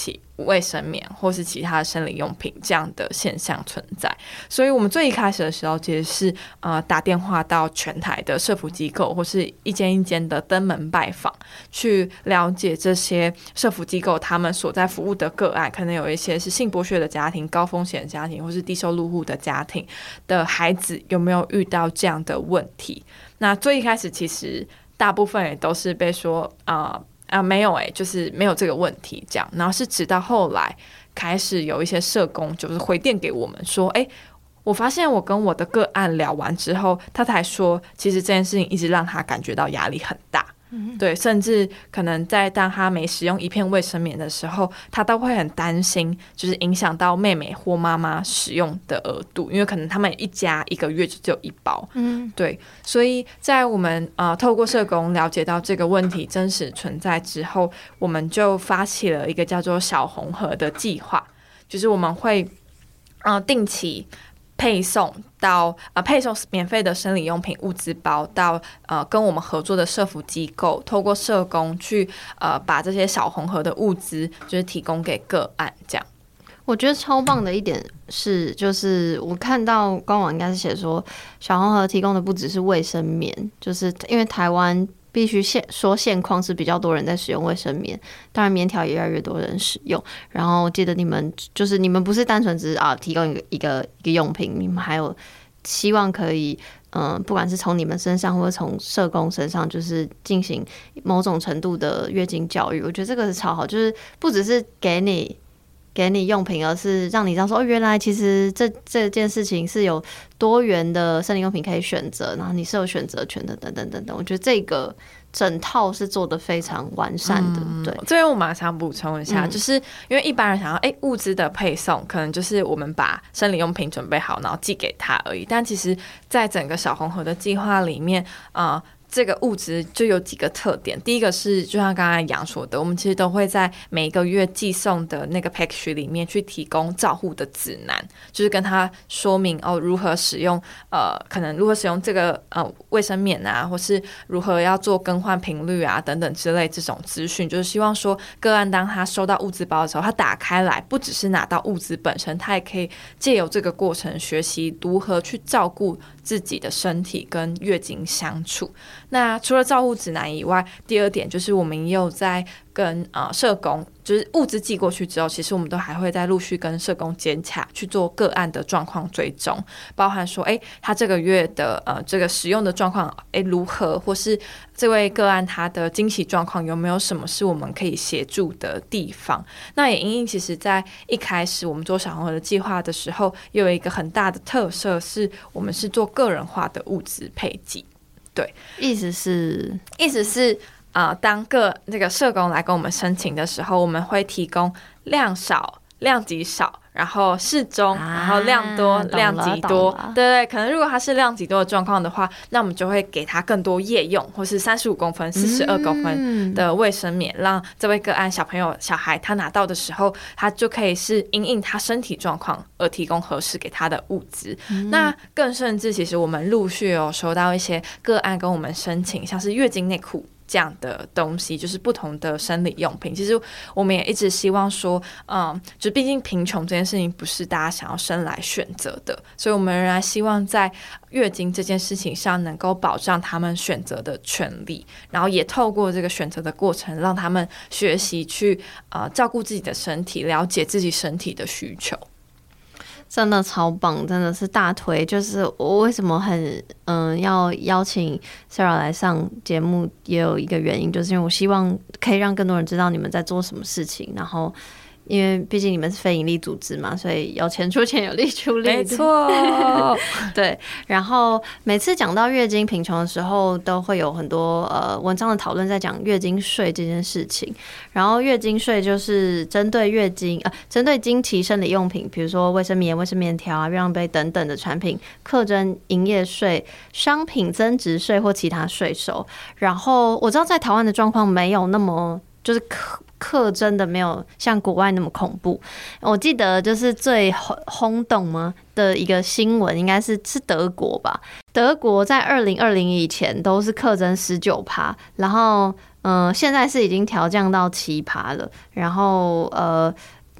Speaker 2: 卫生棉或是其他的生理用品这样的现象存在。所以我们最一开始的时候其实是呃打电话到全台的社福机构或是一间一间的登门拜访，去了解这些社福机构他们所在服务的个案，可能有一些是性剥削的家庭、高风险的家庭或是低收入户的家庭的孩子有没有遇到这样的问题。那最一开始其实大部分也都是被说啊、呃啊，没有哎、欸，就是没有这个问题这样。然后是直到后来开始有一些社工就是回电给我们说，哎、欸，我发现我跟我的个案聊完之后，他才说，其实这件事情一直让他感觉到压力很大。对，甚至可能在当他每使用一片卫生棉的时候，他都会很担心，就是影响到妹妹或妈妈使用的额度，因为可能他们一家一个月就只有一包。嗯，对，所以在我们呃透过社工了解到这个问题真实存在之后，我们就发起了一个叫做小红盒的计划，就是我们会呃定期配送到呃配送免费的生理用品物资包到呃跟我们合作的社福机构，透过社工去呃把这些小红盒的物资就是提供给个案这样。
Speaker 1: 我觉得超棒的一点是，就是我看到官网应该是写说，小红盒提供的不只是卫生棉，就是因为台湾必须现说现况是比较多人在使用卫生棉，当然棉条也越来越多人使用。然后记得你们就是你们不是单纯只是啊提供一个一个一个用品，你们还有希望可以嗯、呃，不管是从你们身上或者从社工身上，就是进行某种程度的月经教育。我觉得这个是超好，就是不只是给你。给你用品，而是让你知道说，哦，原来其实这这件事情是有多元的生理用品可以选择，然后你是有选择权的，等等等等。我觉得这个整套是做得非常完善的。嗯、对，
Speaker 2: 这边我马上补充一下，嗯、就是因为一般人想要，哎、欸，物资的配送可能就是我们把生理用品准备好，然后寄给他而已。但其实，在整个小红盒的计划里面，啊、呃。这个物质就有几个特点，第一个是就像刚才杨说的，我们其实都会在每个月寄送的那个 package 里面去提供照护的指南，就是跟他说明哦如何使用呃可能如何使用这个呃卫生棉啊，或是如何要做更换频率啊等等之类这种资讯，就是希望说个案当他收到物资包的时候，他打开来不只是拿到物资本身，他也可以借由这个过程学习如何去照顾自己的身体跟月经相处。那除了照护指南以外，第二点就是我们也有在跟呃社工，就是物资寄过去之后，其实我们都还会再陆续跟社工接洽，去做个案的状况追踪，包含说，哎，他这个月的呃这个使用的状况，哎如何，或是这位个案他的经期状况有没有什么是我们可以协助的地方。那也因应其实在一开始我们做小红盒的计划的时候，也有一个很大的特色，是我们是做个人化的物资配给。对，
Speaker 1: 意思是，
Speaker 2: 意思是，呃，当个那个社工来跟我们申请的时候，我们会提供量少、量极少，然后适中，啊、然后量多、量极多。对对，可能如果他是量极多的状况的话，那我们就会给他更多夜用，或是三十五公分、四十二公分的卫生棉，嗯、让这位个案小朋友、小孩他拿到的时候，他就可以是因应他身体状况而提供合适给他的物资。嗯、那更甚至，其实我们陆续有收到一些个案跟我们申请，像是月经内裤这样的东西，就是不同的生理用品。其实我们也一直希望说，嗯，就毕竟贫穷这件事情不是大家想要生来选择的，所以我们仍然希望在月经这件事情上能够保障他们选择的权利，然后也透过这个选择的过程，让他们学习去呃照顾自己的身体，了解自己身体的需求。
Speaker 1: 真的超棒，真的是大推。就是我为什么很嗯要邀请 Sarah 来上节目，也有一个原因，就是因为我希望可以让更多人知道你们在做什么事情，然后因为毕竟你们是非营利组织嘛，所以有钱出钱，有力出力。
Speaker 2: 没错，
Speaker 1: 对。然后每次讲到月经贫穷的时候，都会有很多呃文章的讨论在讲月经税这件事情。然后月经税就是针对月经呃针对经期生理用品，比如说卫生棉、卫生棉条啊、月亮杯等等的产品，课征营业税、商品增值税或其他税收。然后我知道在台湾的状况没有那么就是课课征的没有像国外那么恐怖。我记得就是最轰动吗的一个新闻，应该是是德国吧？德国在二零二零以前都是课征十九趴，然后嗯、呃，现在是已经调降到七趴了。然后呃。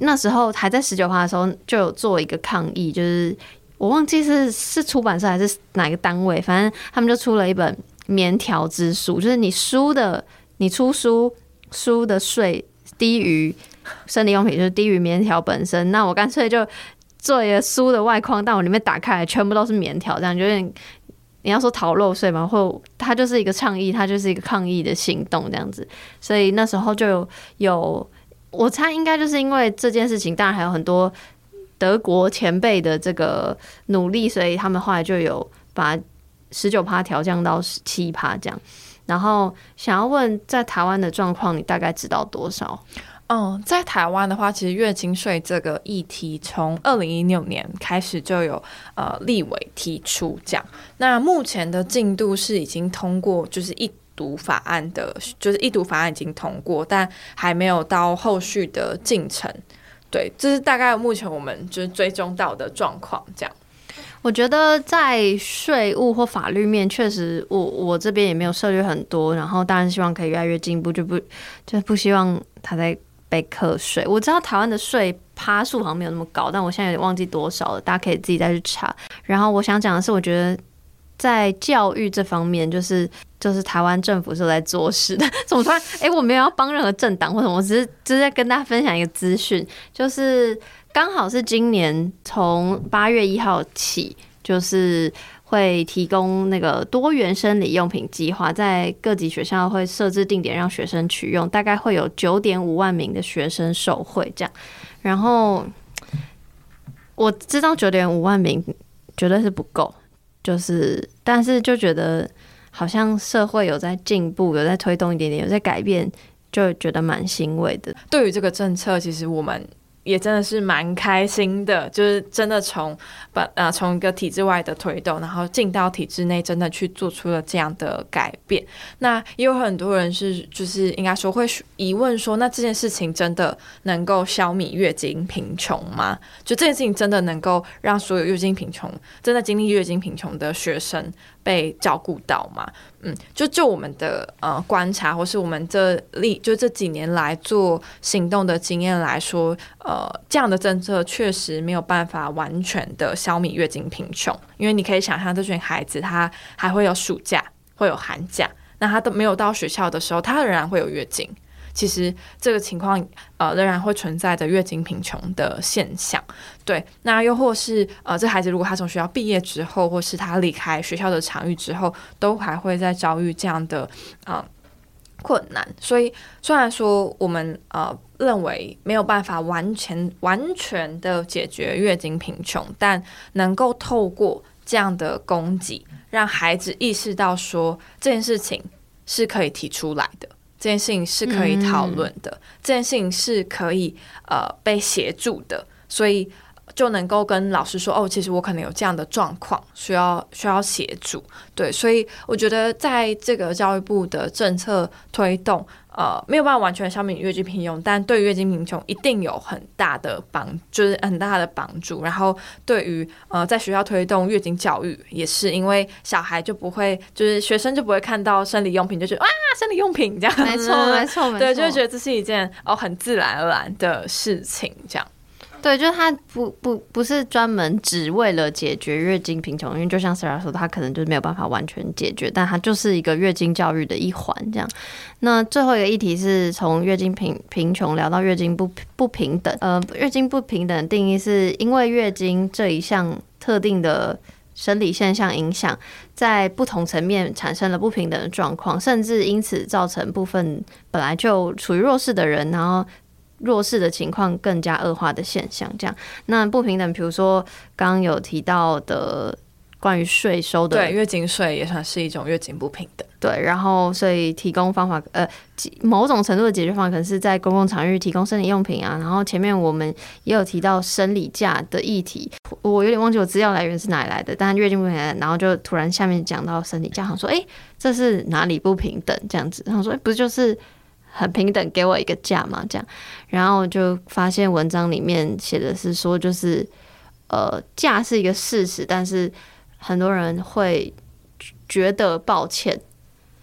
Speaker 1: 那时候还在十九趴的时候，就有做一个抗议，就是我忘记是是出版社还是哪个单位，反正他们就出了一本棉条之书，就是你书的你出书书的税低于生理用品，就是低于棉条本身，那我干脆就做一个书的外框，但我里面打开来全部都是棉条，这样就有点你要说逃漏税嘛，或它就是一个倡议，它就是一个抗议的行动这样子。所以那时候就有有，我猜应该就是因为这件事情，当然还有很多德国前辈的这个努力，所以他们后来就有把十九趴调降到十七趴这样。然后想要问，在台湾的状况，你大概知道多少？
Speaker 2: 嗯，在台湾的话，其实月经税这个议题从二零一六年开始就有呃立委提出讲，那目前的进度是已经通过，就是一读法案的，就是一读法案已经通过，但还没有到后续的进程。对，这是大概目前我们就是追踪到的状况，这样。
Speaker 1: 我觉得在税务或法律面，确实我我这边也没有涉猎很多，然后当然希望可以越来越进步，就不就不希望他在被课税。我知道台湾的税趴数好像没有那么高，但我现在有点忘记多少了，大家可以自己再去查。然后我想讲的是，我觉得在教育这方面，就是就是台湾政府是在做事的。怎么突然？哎、欸，我没有要帮任何政党或什么，我只是只是在跟大家分享一个资讯，就是刚好是今年从八月一号起，就是会提供那个多元生理用品计划，在各级学校会设置定点让学生取用，大概会有九点五万名的学生受惠这样。然后我知道九点五万名绝对是不够，就是但是就觉得好像社会有在进步，有在推动一点点，有在改变，就觉得蛮欣慰的。
Speaker 2: 对于这个政策，其实我们也真的是蛮开心的，就是真的从把呃从一个体制外的推动，然后进到体制内，真的去做出了这样的改变。那也有很多人是就是应该说会疑问说，那这件事情真的能够消弭月经贫穷吗？就这件事情真的能够让所有月经贫穷真的经历月经贫穷的学生被照顾到吗？嗯，就就我们的呃观察，或是我们这历就这几年来做行动的经验来说，呃，这样的政策确实没有办法完全的消弭月经贫穷，因为你可以想象，这群孩子他还会有暑假，会有寒假，那他都没有到学校的时候，他仍然会有月经。其实这个情况呃仍然会存在着月经贫穷的现象，对。那又或是呃这孩子如果他从学校毕业之后，或是他离开学校的场域之后，都还会再遭遇这样的呃困难。所以虽然说我们呃认为没有办法完全完全的解决月经贫穷，但能够透过这样的供给，让孩子意识到说这件事情是可以提出来的。这件事情是可以讨论的、嗯，这件事情是可以呃被协助的，所以就能够跟老师说，哦，其实我可能有这样的状况，需要需要协助。对，所以我觉得在这个教育部的政策推动，呃，没有办法完全消弭月经贫穷，但对于月经贫穷一定有很大的帮，就是很大的帮助。然后对于呃在学校推动月经教育，也是因为小孩就不会，就是学生就不会看到生理用品就觉得啊生理用品这样，
Speaker 1: 没错没错没错，
Speaker 2: 对，就会觉得这是一件哦很自然而然的事情这样。
Speaker 1: 对，就是它不不不是专门只为了解决月经贫穷，因为就像 Sarah 说，它可能就是没有办法完全解决，但它就是一个月经教育的一环这样。那最后一个议题是从月经贫贫穷聊到月经不不平等。呃，月经不平等的定义是因为月经这一项特定的生理现象影响，在不同层面产生了不平等的状况，甚至因此造成部分本来就处于弱势的人，然后弱势的情况更加恶化的现象，这样。那不平等，比如说刚刚有提到的关于税收的，
Speaker 2: 对，月经税也算是一种月经不平等。
Speaker 1: 对，然后所以提供方法，呃，某种程度的解决方法可能是在公共场域提供生理用品啊。然后前面我们也有提到生理假的议题，我有点忘记我资料来源是哪里来的，但月经不平等，然后就突然下面讲到生理假，想说，哎、欸，这是哪里不平等这样子？然后说，哎、欸，不是就是很平等，给我一个假嘛，这样。然后就发现文章里面写的是说，就是呃，假是一个事实，但是很多人会觉得抱歉。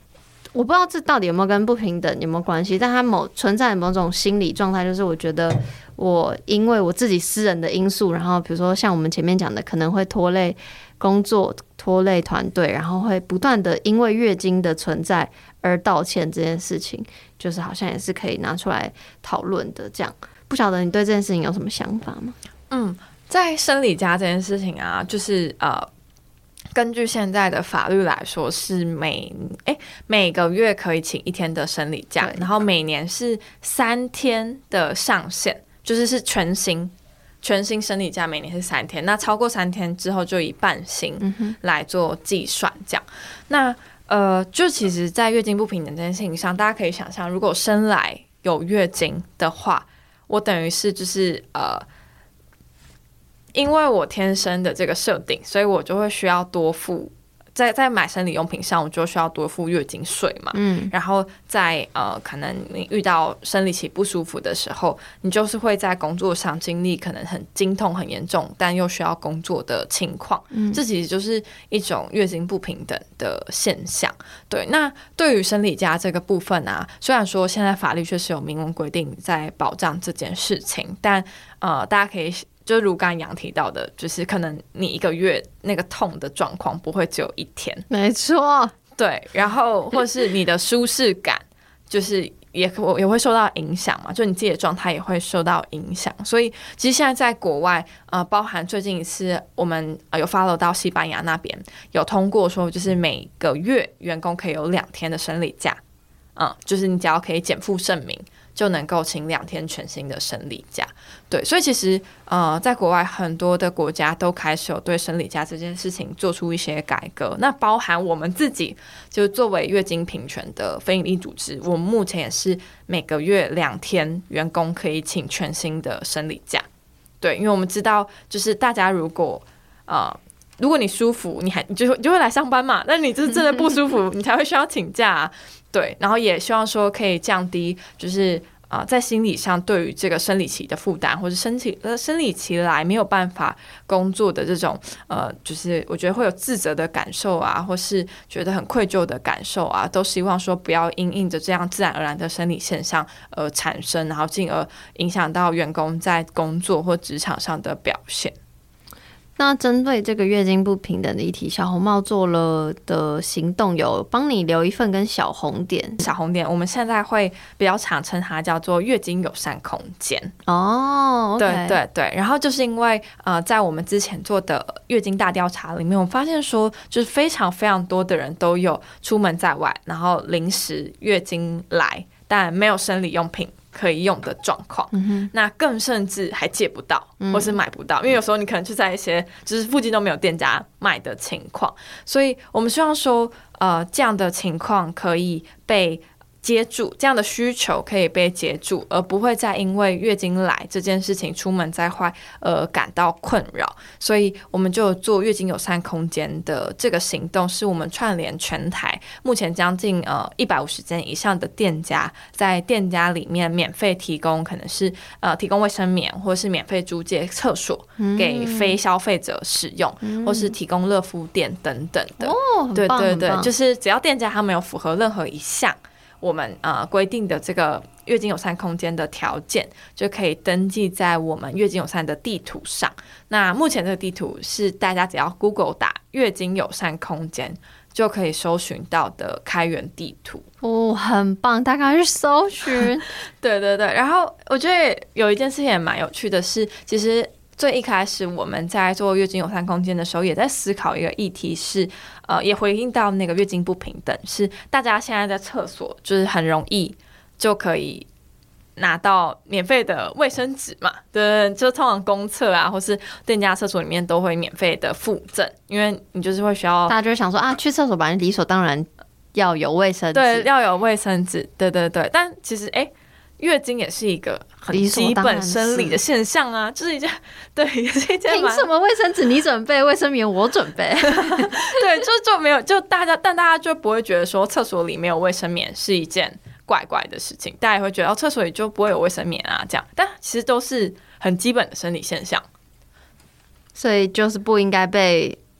Speaker 1: 我不知道这到底有没有跟不平等有没有关系，但它某存在某种心理状态，就是我觉得我因为我自己私人的因素，然后比如说像我们前面讲的，可能会拖累工作、拖累团队，然后会不断的因为月经的存在而道歉，这件事情就是好像也是可以拿出来讨论的。这样，不晓得你对这件事情有什么想法吗？
Speaker 2: 嗯，在生理假这件事情啊，就是呃。根据现在的法律来说，是每诶每个月可以请一天的生理假，然后每年是三天的上限，就是是全薪全薪生理假，每年是三天。那超过三天之后，就以半薪来做计算，这样。那呃，就其实，在月经不平等这件事情上，大家可以想象，如果生来有月经的话，我等于是就是呃。因为我天生的这个设定，所以我就会需要多付，在在买生理用品上，我就需要多付月经税嘛。嗯，然后在呃，可能你遇到生理期不舒服的时候，你就是会在工作上经历可能很经痛很严重，但又需要工作的情况。嗯，这其实就是一种月经不平等的现象。对，那对于生理假这个部分啊，虽然说现在法律确实有明文规定在保障这件事情，但呃，大家可以。就如刚杨提到的，就是可能你一个月那个痛的状况不会只有一天，
Speaker 1: 没错，
Speaker 2: 对，然后或是你的舒适感，就是也也会受到影响嘛，就你自己的状态也会受到影响。所以其实现在在国外，呃，包含最近一次我们、呃、有 follow 到西班牙那边有通过说，就是每个月员工可以有两天的生理假，嗯，就是你只要可以减负声明。就能够请两天全薪的生理假，对，所以其实呃，在国外很多的国家都开始有对生理假这件事情做出一些改革。那包含我们自己，就作为月经平权的非营利组织，我们目前也是每个月两天员工可以请全薪的生理假。对，因为我们知道，就是大家如果呃。如果你舒服，你还你就你就会来上班嘛。那你就是真的不舒服，你才会需要请假、啊。对，然后也希望说可以降低，就是啊、呃，在心理上对于这个生理期的负担，或者生理呃生理期来没有办法工作的这种呃，就是我觉得会有自责的感受啊，或是觉得很愧疚的感受啊，都希望说不要因应着这样自然而然的生理现象而产生，然后进而影响到员工在工作或职场上的表现。
Speaker 1: 那针对这个月经不平等的议题，小红帽做了的行动有帮你留一份跟小红点。
Speaker 2: 小红点我们现在会比较常称它叫做月经友善空间
Speaker 1: 哦、oh, okay.
Speaker 2: 对对对，然后就是因为呃，在我们之前做的月经大调查里面，我发现说就是非常非常多的人都有出门在外，然后临时月经来，但没有生理用品可以用的状况、嗯、那更甚至还借不到或是买不到、嗯、因为有时候你可能就在一些就是附近都没有店家卖的情况，所以我们希望说呃，这样的情况可以被接住，这样的需求可以被接住，而不会再因为月经来这件事情出门在外而感到困扰。所以我们就做月经友善空间的这个行动，是我们串联全台目前将近呃一百五十间以上的店家，在店家里面免费提供，可能是呃提供卫生棉，或是免费租借厕所给非消费者使用、嗯、或是提供热敷垫等等的。
Speaker 1: 哦，
Speaker 2: 对对对，
Speaker 1: 很棒，
Speaker 2: 就是只要店家他没有符合任何一项我们呃规定的这个月经友善空间的条件，就可以登记在我们月经友善的地图上。那目前这个地图是大家只要 Google 打月经友善空间就可以搜寻到的开源地图。
Speaker 1: 哦，很棒，大家去搜寻。
Speaker 2: 对对对，然后我觉得有一件事情也蛮有趣的是，其实最一开始我们在做月经友善空间的时候，也在思考一个议题是，呃，也回应到那个月经不平等，是大家现在在厕所就是很容易就可以拿到免费的卫生纸嘛，对，就通常公厕啊，或是店家厕所里面都会免费的附赠，因为你就是会需要，
Speaker 1: 大家就会想说啊，去厕所本来理所当然要有卫生纸，
Speaker 2: 对，要有卫生纸，对对对，但其实哎。月经也是一一个很基本生理的现象啊，就是一件对，也是一件
Speaker 1: 凭什么卫生纸你准备，卫生棉我准备？
Speaker 2: 对，就就没有，就大家，但大家就不会觉得说厕所里没有卫生棉是一件怪怪的事情，大家也会觉得哦，厕所里就不会有卫生棉啊，这样，但其实都是很基本的生理现象，
Speaker 1: 所以就是不应该被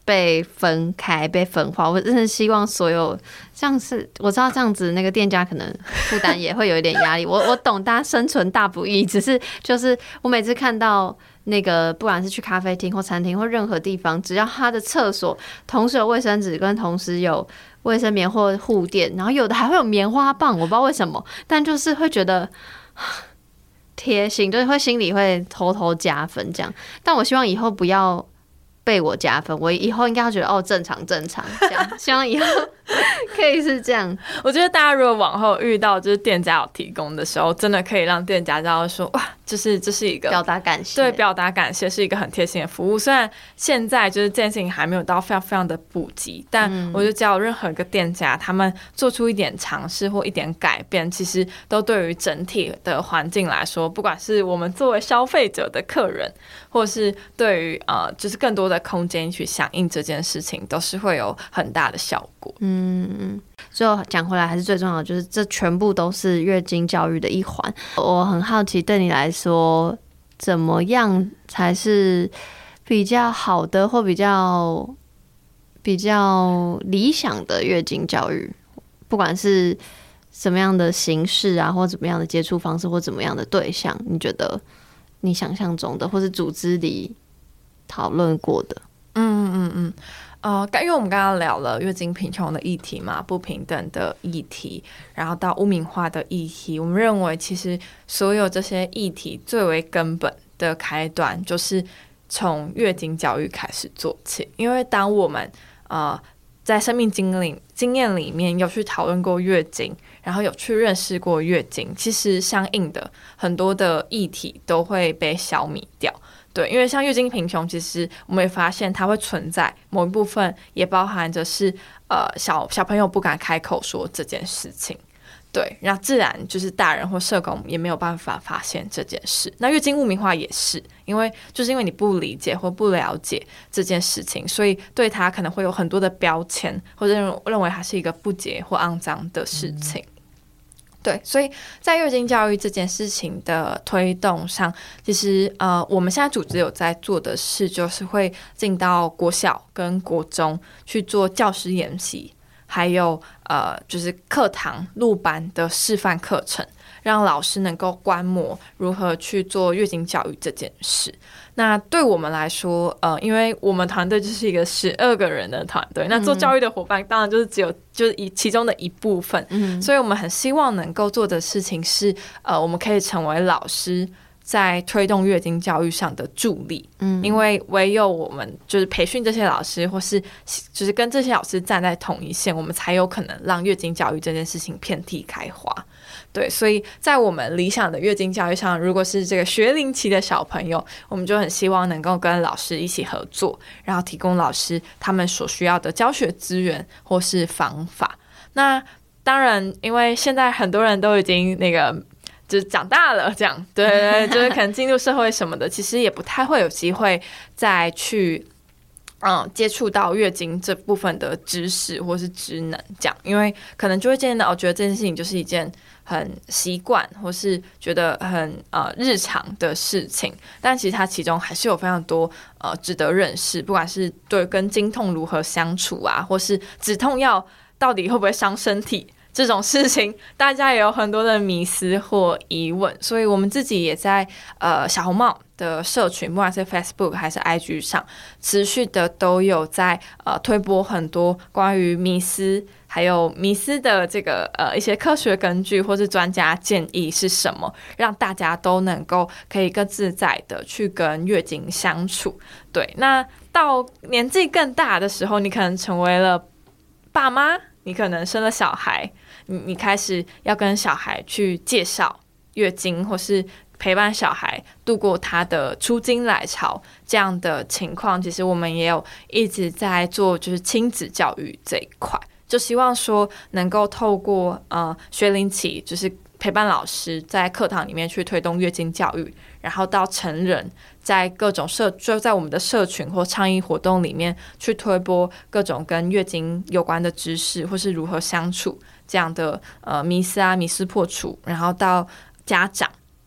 Speaker 1: 被分开、被分化。我真的希望所有像是我知道这样子，那个店家可能负担也会有一点压力。我我懂，大家生存大不易，只是就是我每次看到那个，不管是去咖啡厅或餐厅或任何地方，只要他的厕所同时有卫生纸，跟同时有卫生棉或护垫，然后有的还会有棉花棒，我不知道为什么，但就是会觉得贴心，就是会心里会偷偷加分这样。但我希望以后不要被我加分，我以后应该要觉得哦正常正常这样，希望以后可以是这样。
Speaker 2: 我觉得大家如果往后遇到就是店家有提供的时候，真的可以让店家知道说哇，就是这是一个
Speaker 1: 表达感谢，
Speaker 2: 对，表达感谢是一个很贴心的服务。虽然现在就是这件事情还没有到非常非常的普及，但我就叫任何一个店家，他们做出一点尝试或一点改变，其实都对于整体的环境来说，不管是我们作为消费者的客人，或是对于呃就是更多的空间去响应这件事情，都是会有很大的效果。
Speaker 1: 嗯，最后讲回来，还是最重要的，就是这全部都是月经教育的一环。我很好奇，对你来说，怎么样才是比较好的，或比较比较理想的月经教育？不管是什么样的形式啊，或怎么样的接触方式，或怎么样的对象，你觉得你想象中的，或是组织里讨论过的？
Speaker 2: 嗯嗯嗯。呃，因为我们刚刚聊了月经贫穷的议题嘛，不平等的议题，然后到污名化的议题，我们认为其实所有这些议题最为根本的开端，就是从月经教育开始做起。因为当我们呃在生命经历经验里面有去讨论过月经，然后有去认识过月经，其实相应的很多的议题都会被消弭掉。对，因为像月经贫穷，其实我们也发现它会存在某一部分，也包含着是呃小小朋友不敢开口说这件事情。对，然后自然就是大人或社工也没有办法发现这件事。那月经污名化也是，因为就是因为你不理解或不了解这件事情，所以对它可能会有很多的标签，或者认为它是一个不洁或肮脏的事情。嗯，对，所以在月经教育这件事情的推动上，其实呃，我们现在组织有在做的事，就是会进到国小跟国中去做教师研习，还有呃，就是课堂录班的示范课程，让老师能够观摩如何去做月经教育这件事。那对我们来说，呃，因为我们团队就是一个十二个人的团队，那做教育的伙伴当然就是只有就是一其中的一部分，嗯，所以我们很希望能够做的事情是，呃，我们可以成为老师在推动月经教育上的助力，嗯，因为唯有我们就是培训这些老师，或是就是跟这些老师站在同一线，我们才有可能让月经教育这件事情遍地开花。对，所以在我们理想的月经教育上，如果是这个学龄期的小朋友，我们就很希望能够跟老师一起合作，然后提供老师他们所需要的教学资源或是方法。那当然，因为现在很多人都已经那个就是长大了，这样，对对对，就是可能进入社会什么的，其实也不太会有机会再去嗯，接触到月经这部分的知识或是职能，这样，因为可能就会渐渐的，我觉得这件事情就是一件很习惯或是觉得很呃日常的事情，但其实它其中还是有非常多呃值得认识，不管是对跟经痛如何相处啊，或是止痛药到底会不会伤身体这种事情，大家也有很多的迷思或疑问，所以我们自己也在呃小红帽的社群，不管是 Facebook 还是 I G 上，持续的都有在呃推播很多关于迷思，还有迷思的这个呃一些科学根据或是专家建议是什么，让大家都能够可以更自在的去跟月经相处。对，那到年纪更大的时候，你可能成为了爸妈，你可能生了小孩，你你开始要跟小孩去介绍月经，或是陪伴小孩度过他的初经来潮这样的情况，其实我们也有一直在做，就是亲子教育这一块，就希望说能够透过呃学龄期，就是陪伴老师在课堂里面去推动月经教育，然后到成人在各种社就在我们的社群或倡议活动里面去推播各种跟月经有关的知识，或是如何相处这样的呃迷思啊迷思破除，然后到家长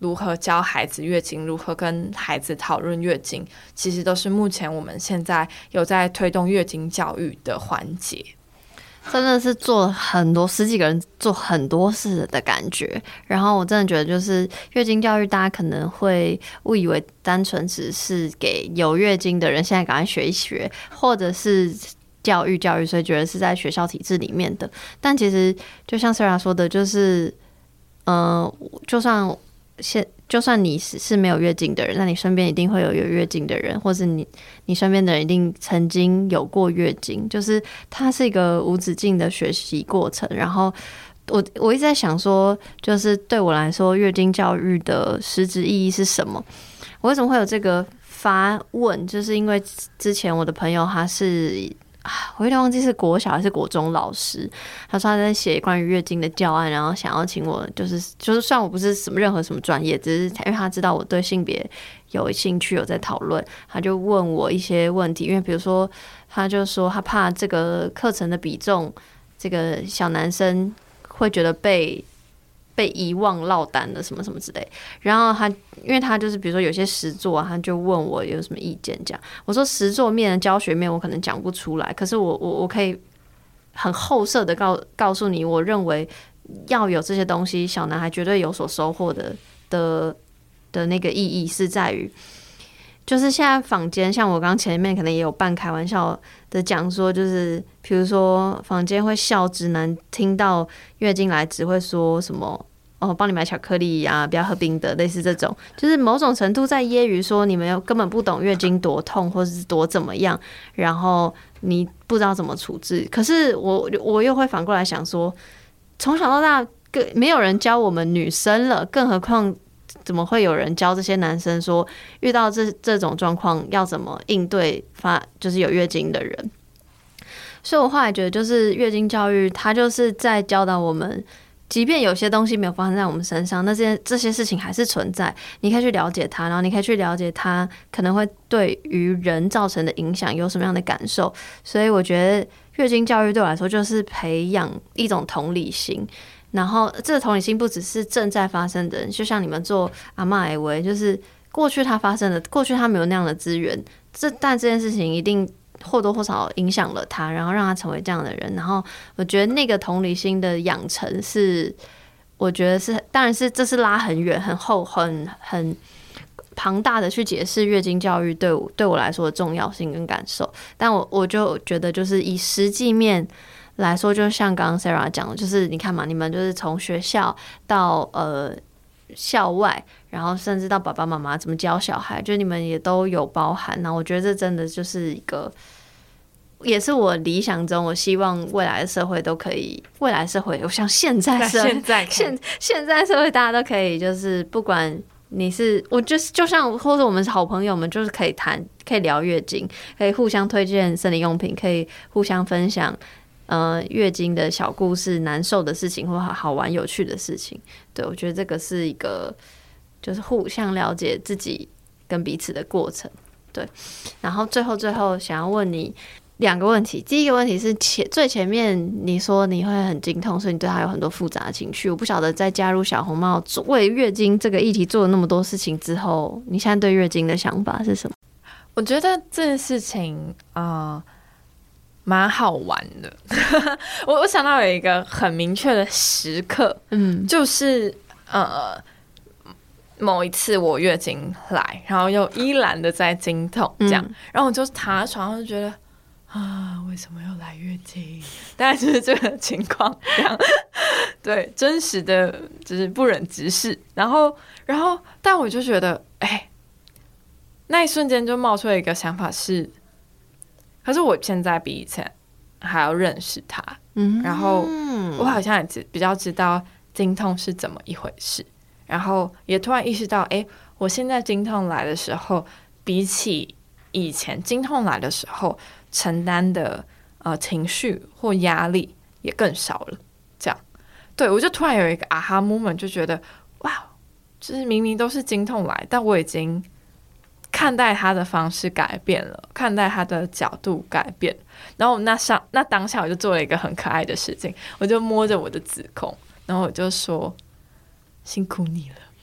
Speaker 2: 如何教孩子月经，如何跟孩子讨论月经，其实都是目前我们现在有在推动月经教育的环节。
Speaker 1: 真的是做很多十几个人做很多事的感觉，然后我真的觉得就是月经教育，大家可能会误以为单纯只是给有月经的人现在赶快学一学，或者是教育教育，所以觉得是在学校体制里面的。但其实就像 Sarah 说的，就是呃，就算现就算你是是没有月经的人，那你身边一定会有有月经的人，或是你你身边的人一定曾经有过月经，就是它是一个无止境的学习过程。然后我我一直在想说，就是对我来说，月经教育的实质意义是什么？我为什么会有这个发问？就是因为之前我的朋友他是。我有点忘记是国小还是国中老师，他说他在写关于月经的教案，然后想要请我，就是就是虽然我不是什么任何什么专业，只是因为他知道我对性别有兴趣，有在讨论，他就问我一些问题。因为比如说，他就说他怕这个课程的比重，这个小男生会觉得被。被遗忘落单了什么什么之类，然后他因为他就是比如说有些实作啊，他就问我有什么意见，这样我说实作面的教学面我可能讲不出来，可是我我我可以很后设的告告诉你，我认为要有这些东西，小男孩绝对有所收获的的的那个意义是在于。就是现在坊间，像我刚前面可能也有半开玩笑的讲说，就是比如说坊间会笑直男听到月经来只会说什么哦，帮你买巧克力啊，不要喝冰的，类似这种，就是某种程度在揶揄说你们根本不懂月经多痛或是多怎么样，然后你不知道怎么处置。可是我我又会反过来想说，从小到大没有人教我们女生了，更何况。怎么会有人教这些男生说遇到这这种状况要怎么应对发就是有月经的人？所以我后来觉得，就是月经教育，它就是在教导我们，即便有些东西没有发生在我们身上，那这些这些事情还是存在。你可以去了解它，然后你可以去了解它可能会对于人造成的影响有什么样的感受。所以我觉得月经教育对我来说，就是培养一种同理心。然后这个同理心不只是正在发生的人，就像你们做阿嬷的话，就是过去它发生的，过去它没有那样的资源，这但这件事情一定或多或少影响了他，然后让他成为这样的人。然后我觉得那个同理心的养成是，我觉得是，当然是这是拉很远、很厚、很很庞大的去解释月经教育对我对我来说的重要性跟感受。但我我就觉得，就是以实际面。来说，就像刚刚 Sarah 讲的，就是你看嘛，你们就是从学校到呃校外，然后甚至到爸爸妈妈怎么教小孩，就你们也都有包含。那我觉得这真的就是一个，也是我理想中，我希望未来的社会都可以，未来社会，我像现在社
Speaker 2: 现在
Speaker 1: 现现在社会大家都可以，就是不管。你是我就是就像或者我们是好朋友们，就是可以谈，可以聊月经，可以互相推荐生理用品，可以互相分享。呃，月经的小故事、难受的事情，或好玩有趣的事情，对，我觉得这个是一个就是互相了解自己跟彼此的过程。对，然后最后最后想要问你两个问题。第一个问题是前最前面你说你会很经痛，所以你对它有很多复杂的情绪。我不晓得在加入小红帽为月经这个议题做了那么多事情之后，你现在对月经的想法是什么？
Speaker 2: 我觉得这件事情啊。呃蛮好玩的我我想到有一个很明确的时刻，嗯，就是呃某一次我月经来，然后又依然的在经痛这样，嗯、然后我就躺在床上就觉得啊，为什么要来月经？大概就是这个情况这样，对，真实的就是不忍直视，然后然后但我就觉得，哎、欸，那一瞬间就冒出了一个想法是。可是我现在比以前还要认识他，嗯，然后我好像也比较知道经痛是怎么一回事，然后也突然意识到，哎，我现在经痛来的时候，比起以前经痛来的时候承担的呃情绪或压力也更少了。这样，对我就突然有一个啊哈 moment， 就觉得哇，就是明明都是经痛来，但我已经。看待他的方式改变了，看待他的角度改变，然后那上那当下我就做了一个很可爱的事情，我就摸着我的子宫，然后我就说辛苦你了，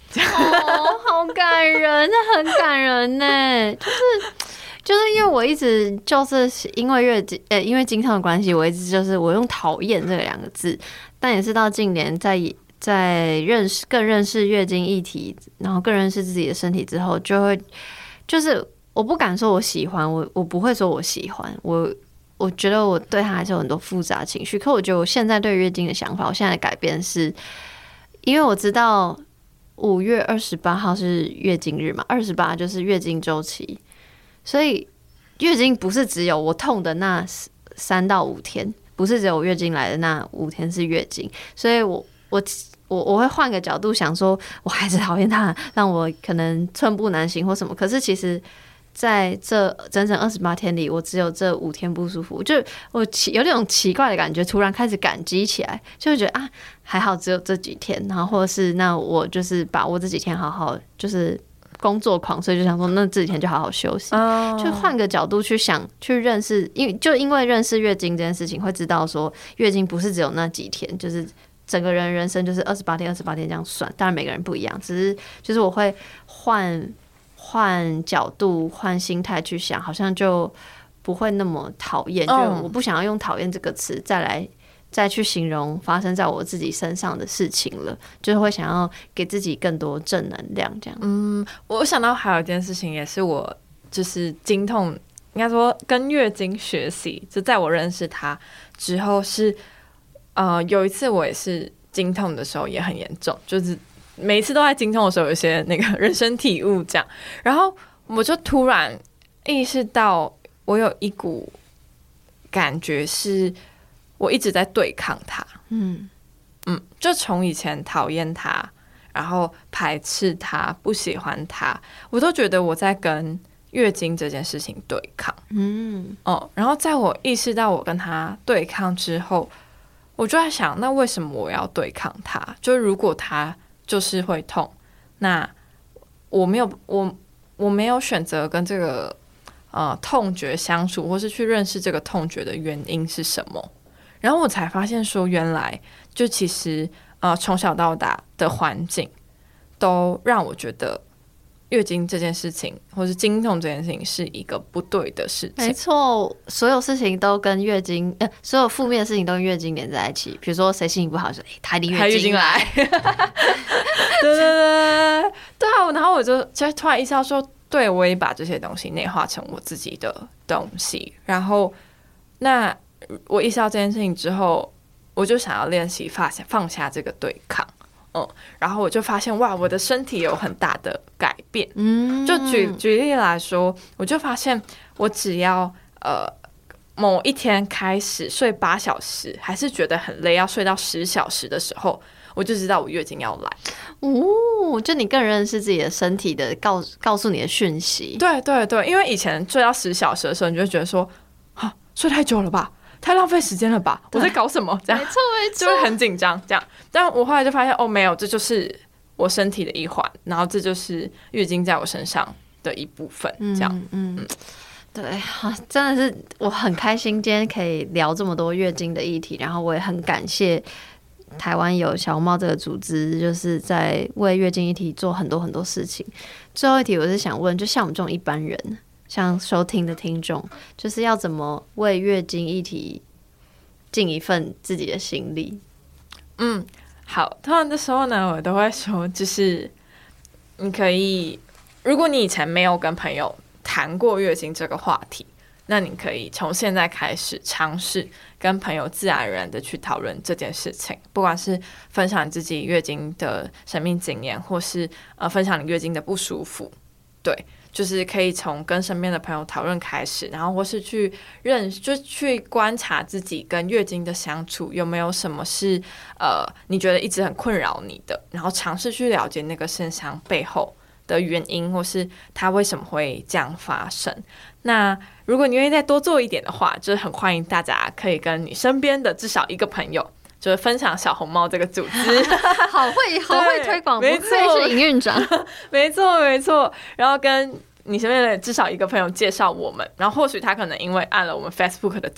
Speaker 1: 哦，好感人，那很感人呢。就是就是因为我一直就是因为月经，呃，因为经痛的关系，我一直就是我用讨厌这两个字，但也是到近年在在认识更认识月经议题，然后更认识自己的身体之后，就会就是我不敢说我喜欢，我我不会说我喜欢我。我觉得我对他还是有很多复杂情绪，可我觉得我现在对月经的想法，我现在的改变是，因为我知道五月二十八号是月经日嘛，二十八就是月经周期，所以月经不是只有我痛的那三到五天，不是只有我月经来的那五天是月经，所以我我我我会换个角度想说，我还是讨厌他，让我可能寸步难行或什么，可是其实。在这整整二十八天里，我只有这五天不舒服，就我有那种奇怪的感觉，突然开始感激起来，就会觉得啊，还好只有这几天，然后或者是那我就是把握这几天好好，就是工作狂，所以就想说那这几天就好好休息， oh. 就换个角度去想，去认识，因为就因为认识月经这件事情，会知道说月经不是只有那几天，就是整个人人生就是二十八天、二十八天这样算，当然每个人不一样，只是就是我会换。换角度、换心态去想，好像就不会那么讨厌。就我不想要用讨厌这个词再来再去形容发生在我自己身上的事情了，就是会想要给自己更多正能量。这样，
Speaker 2: 嗯，我想到还有一件事情，也是我就是经痛，应该说跟月经学习，就在我认识他之后是，呃，有一次我也是经痛的时候也很严重，就是。每一次都在经痛的时候有一些那个人生体悟这样，然后我就突然意识到我有一股感觉是我一直在对抗它，嗯嗯，就从以前讨厌它，然后排斥它，不喜欢它，我都觉得我在跟月经这件事情对抗，嗯哦，然后在我意识到我跟它对抗之后，我就在想，那为什么我要对抗它？就如果它就是会痛，那我没有我我没有选择跟这个呃痛觉相处，或是去认识这个痛觉的原因是什么。然后我才发现说，原来就其实呃从小到大的环境都让我觉得月经这件事情，或是经痛这件事情是一个不对的事情。
Speaker 1: 没错，所有事情都跟月经，呃，所有负面的事情都跟月经连在一起。比如说谁心情不好，说哎、欸，他一定月经来。对
Speaker 2: 对对对啊！然后我就就突然意识到说，对，我也把这些东西内化成我自己的东西。然后，那我意识到这件事情之后，我就想要练习放下放下这个对抗。嗯，然后我就发现哇，我的身体有很大的改变。嗯，就举举例来说，我就发现我只要呃某一天开始睡八小时，还是觉得很累，要睡到十小时的时候，我就知道我月经要来。
Speaker 1: 哦，就你更认识自己的身体的告告诉你的讯息。
Speaker 2: 对对对，因为以前睡到十小时的时候，你就觉得说啊，睡太久了吧。太浪费时间了吧？我在搞什么？这样
Speaker 1: 没错没错，
Speaker 2: 就会很紧张。这样，但我后来就发现，哦，没有，这就是我身体的一环，然后这就是月经在我身上的一部分。这样，嗯，嗯
Speaker 1: 对，真的是我很开心今天可以聊这么多月经的议题，然后我也很感谢台湾有小红帽这个组织，就是在为月经议题做很多很多事情。最后一题，我是想问，就像我们这种一般人。像收听的听众，就是要怎么为月经议题尽一份自己的心力？
Speaker 2: 嗯，好，通常的时候呢，我都会说，就是你可以，如果你以前没有跟朋友谈过月经这个话题，那你可以从现在开始尝试跟朋友自然而然的去讨论这件事情，不管是分享你自己月经的生命经验，或是呃分享你月经的不舒服，对。就是可以从跟身边的朋友讨论开始，然后或是去认，就去观察自己跟月经的相处有没有什么是呃你觉得一直很困扰你的，然后尝试去了解那个现象背后的原因，或是它为什么会这样发生。那如果你愿意再多做一点的话，就是很欢迎大家可以跟你身边的至少一个朋友。就是分享小红帽这个组织，
Speaker 1: 好会好会推广，不愧是营运长，
Speaker 2: 没错没错。然后跟你身边的至少一个朋友介绍我们，然后或许他可能因为按了我们 Facebook 的赞，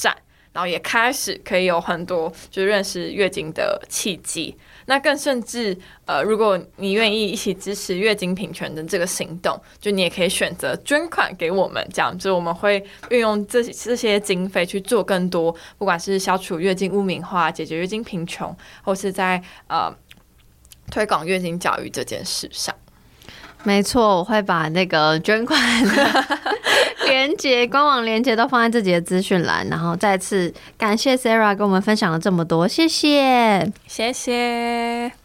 Speaker 2: 然后也开始可以有很多就认识月经的契机。那更甚至，呃，如果你愿意一起支持月经平权的这个行动，就你也可以选择捐款给我们，这样就我们会运用这这些经费去做更多，不管是消除月经污名化、解决月经贫穷，或是在呃推广月经教育这件事上。
Speaker 1: 没错，我会把那个捐款的连结、官网连结都放在自己的资讯栏，然后再次感谢 Sarah 跟我们分享了这么多，谢谢，
Speaker 2: 谢谢。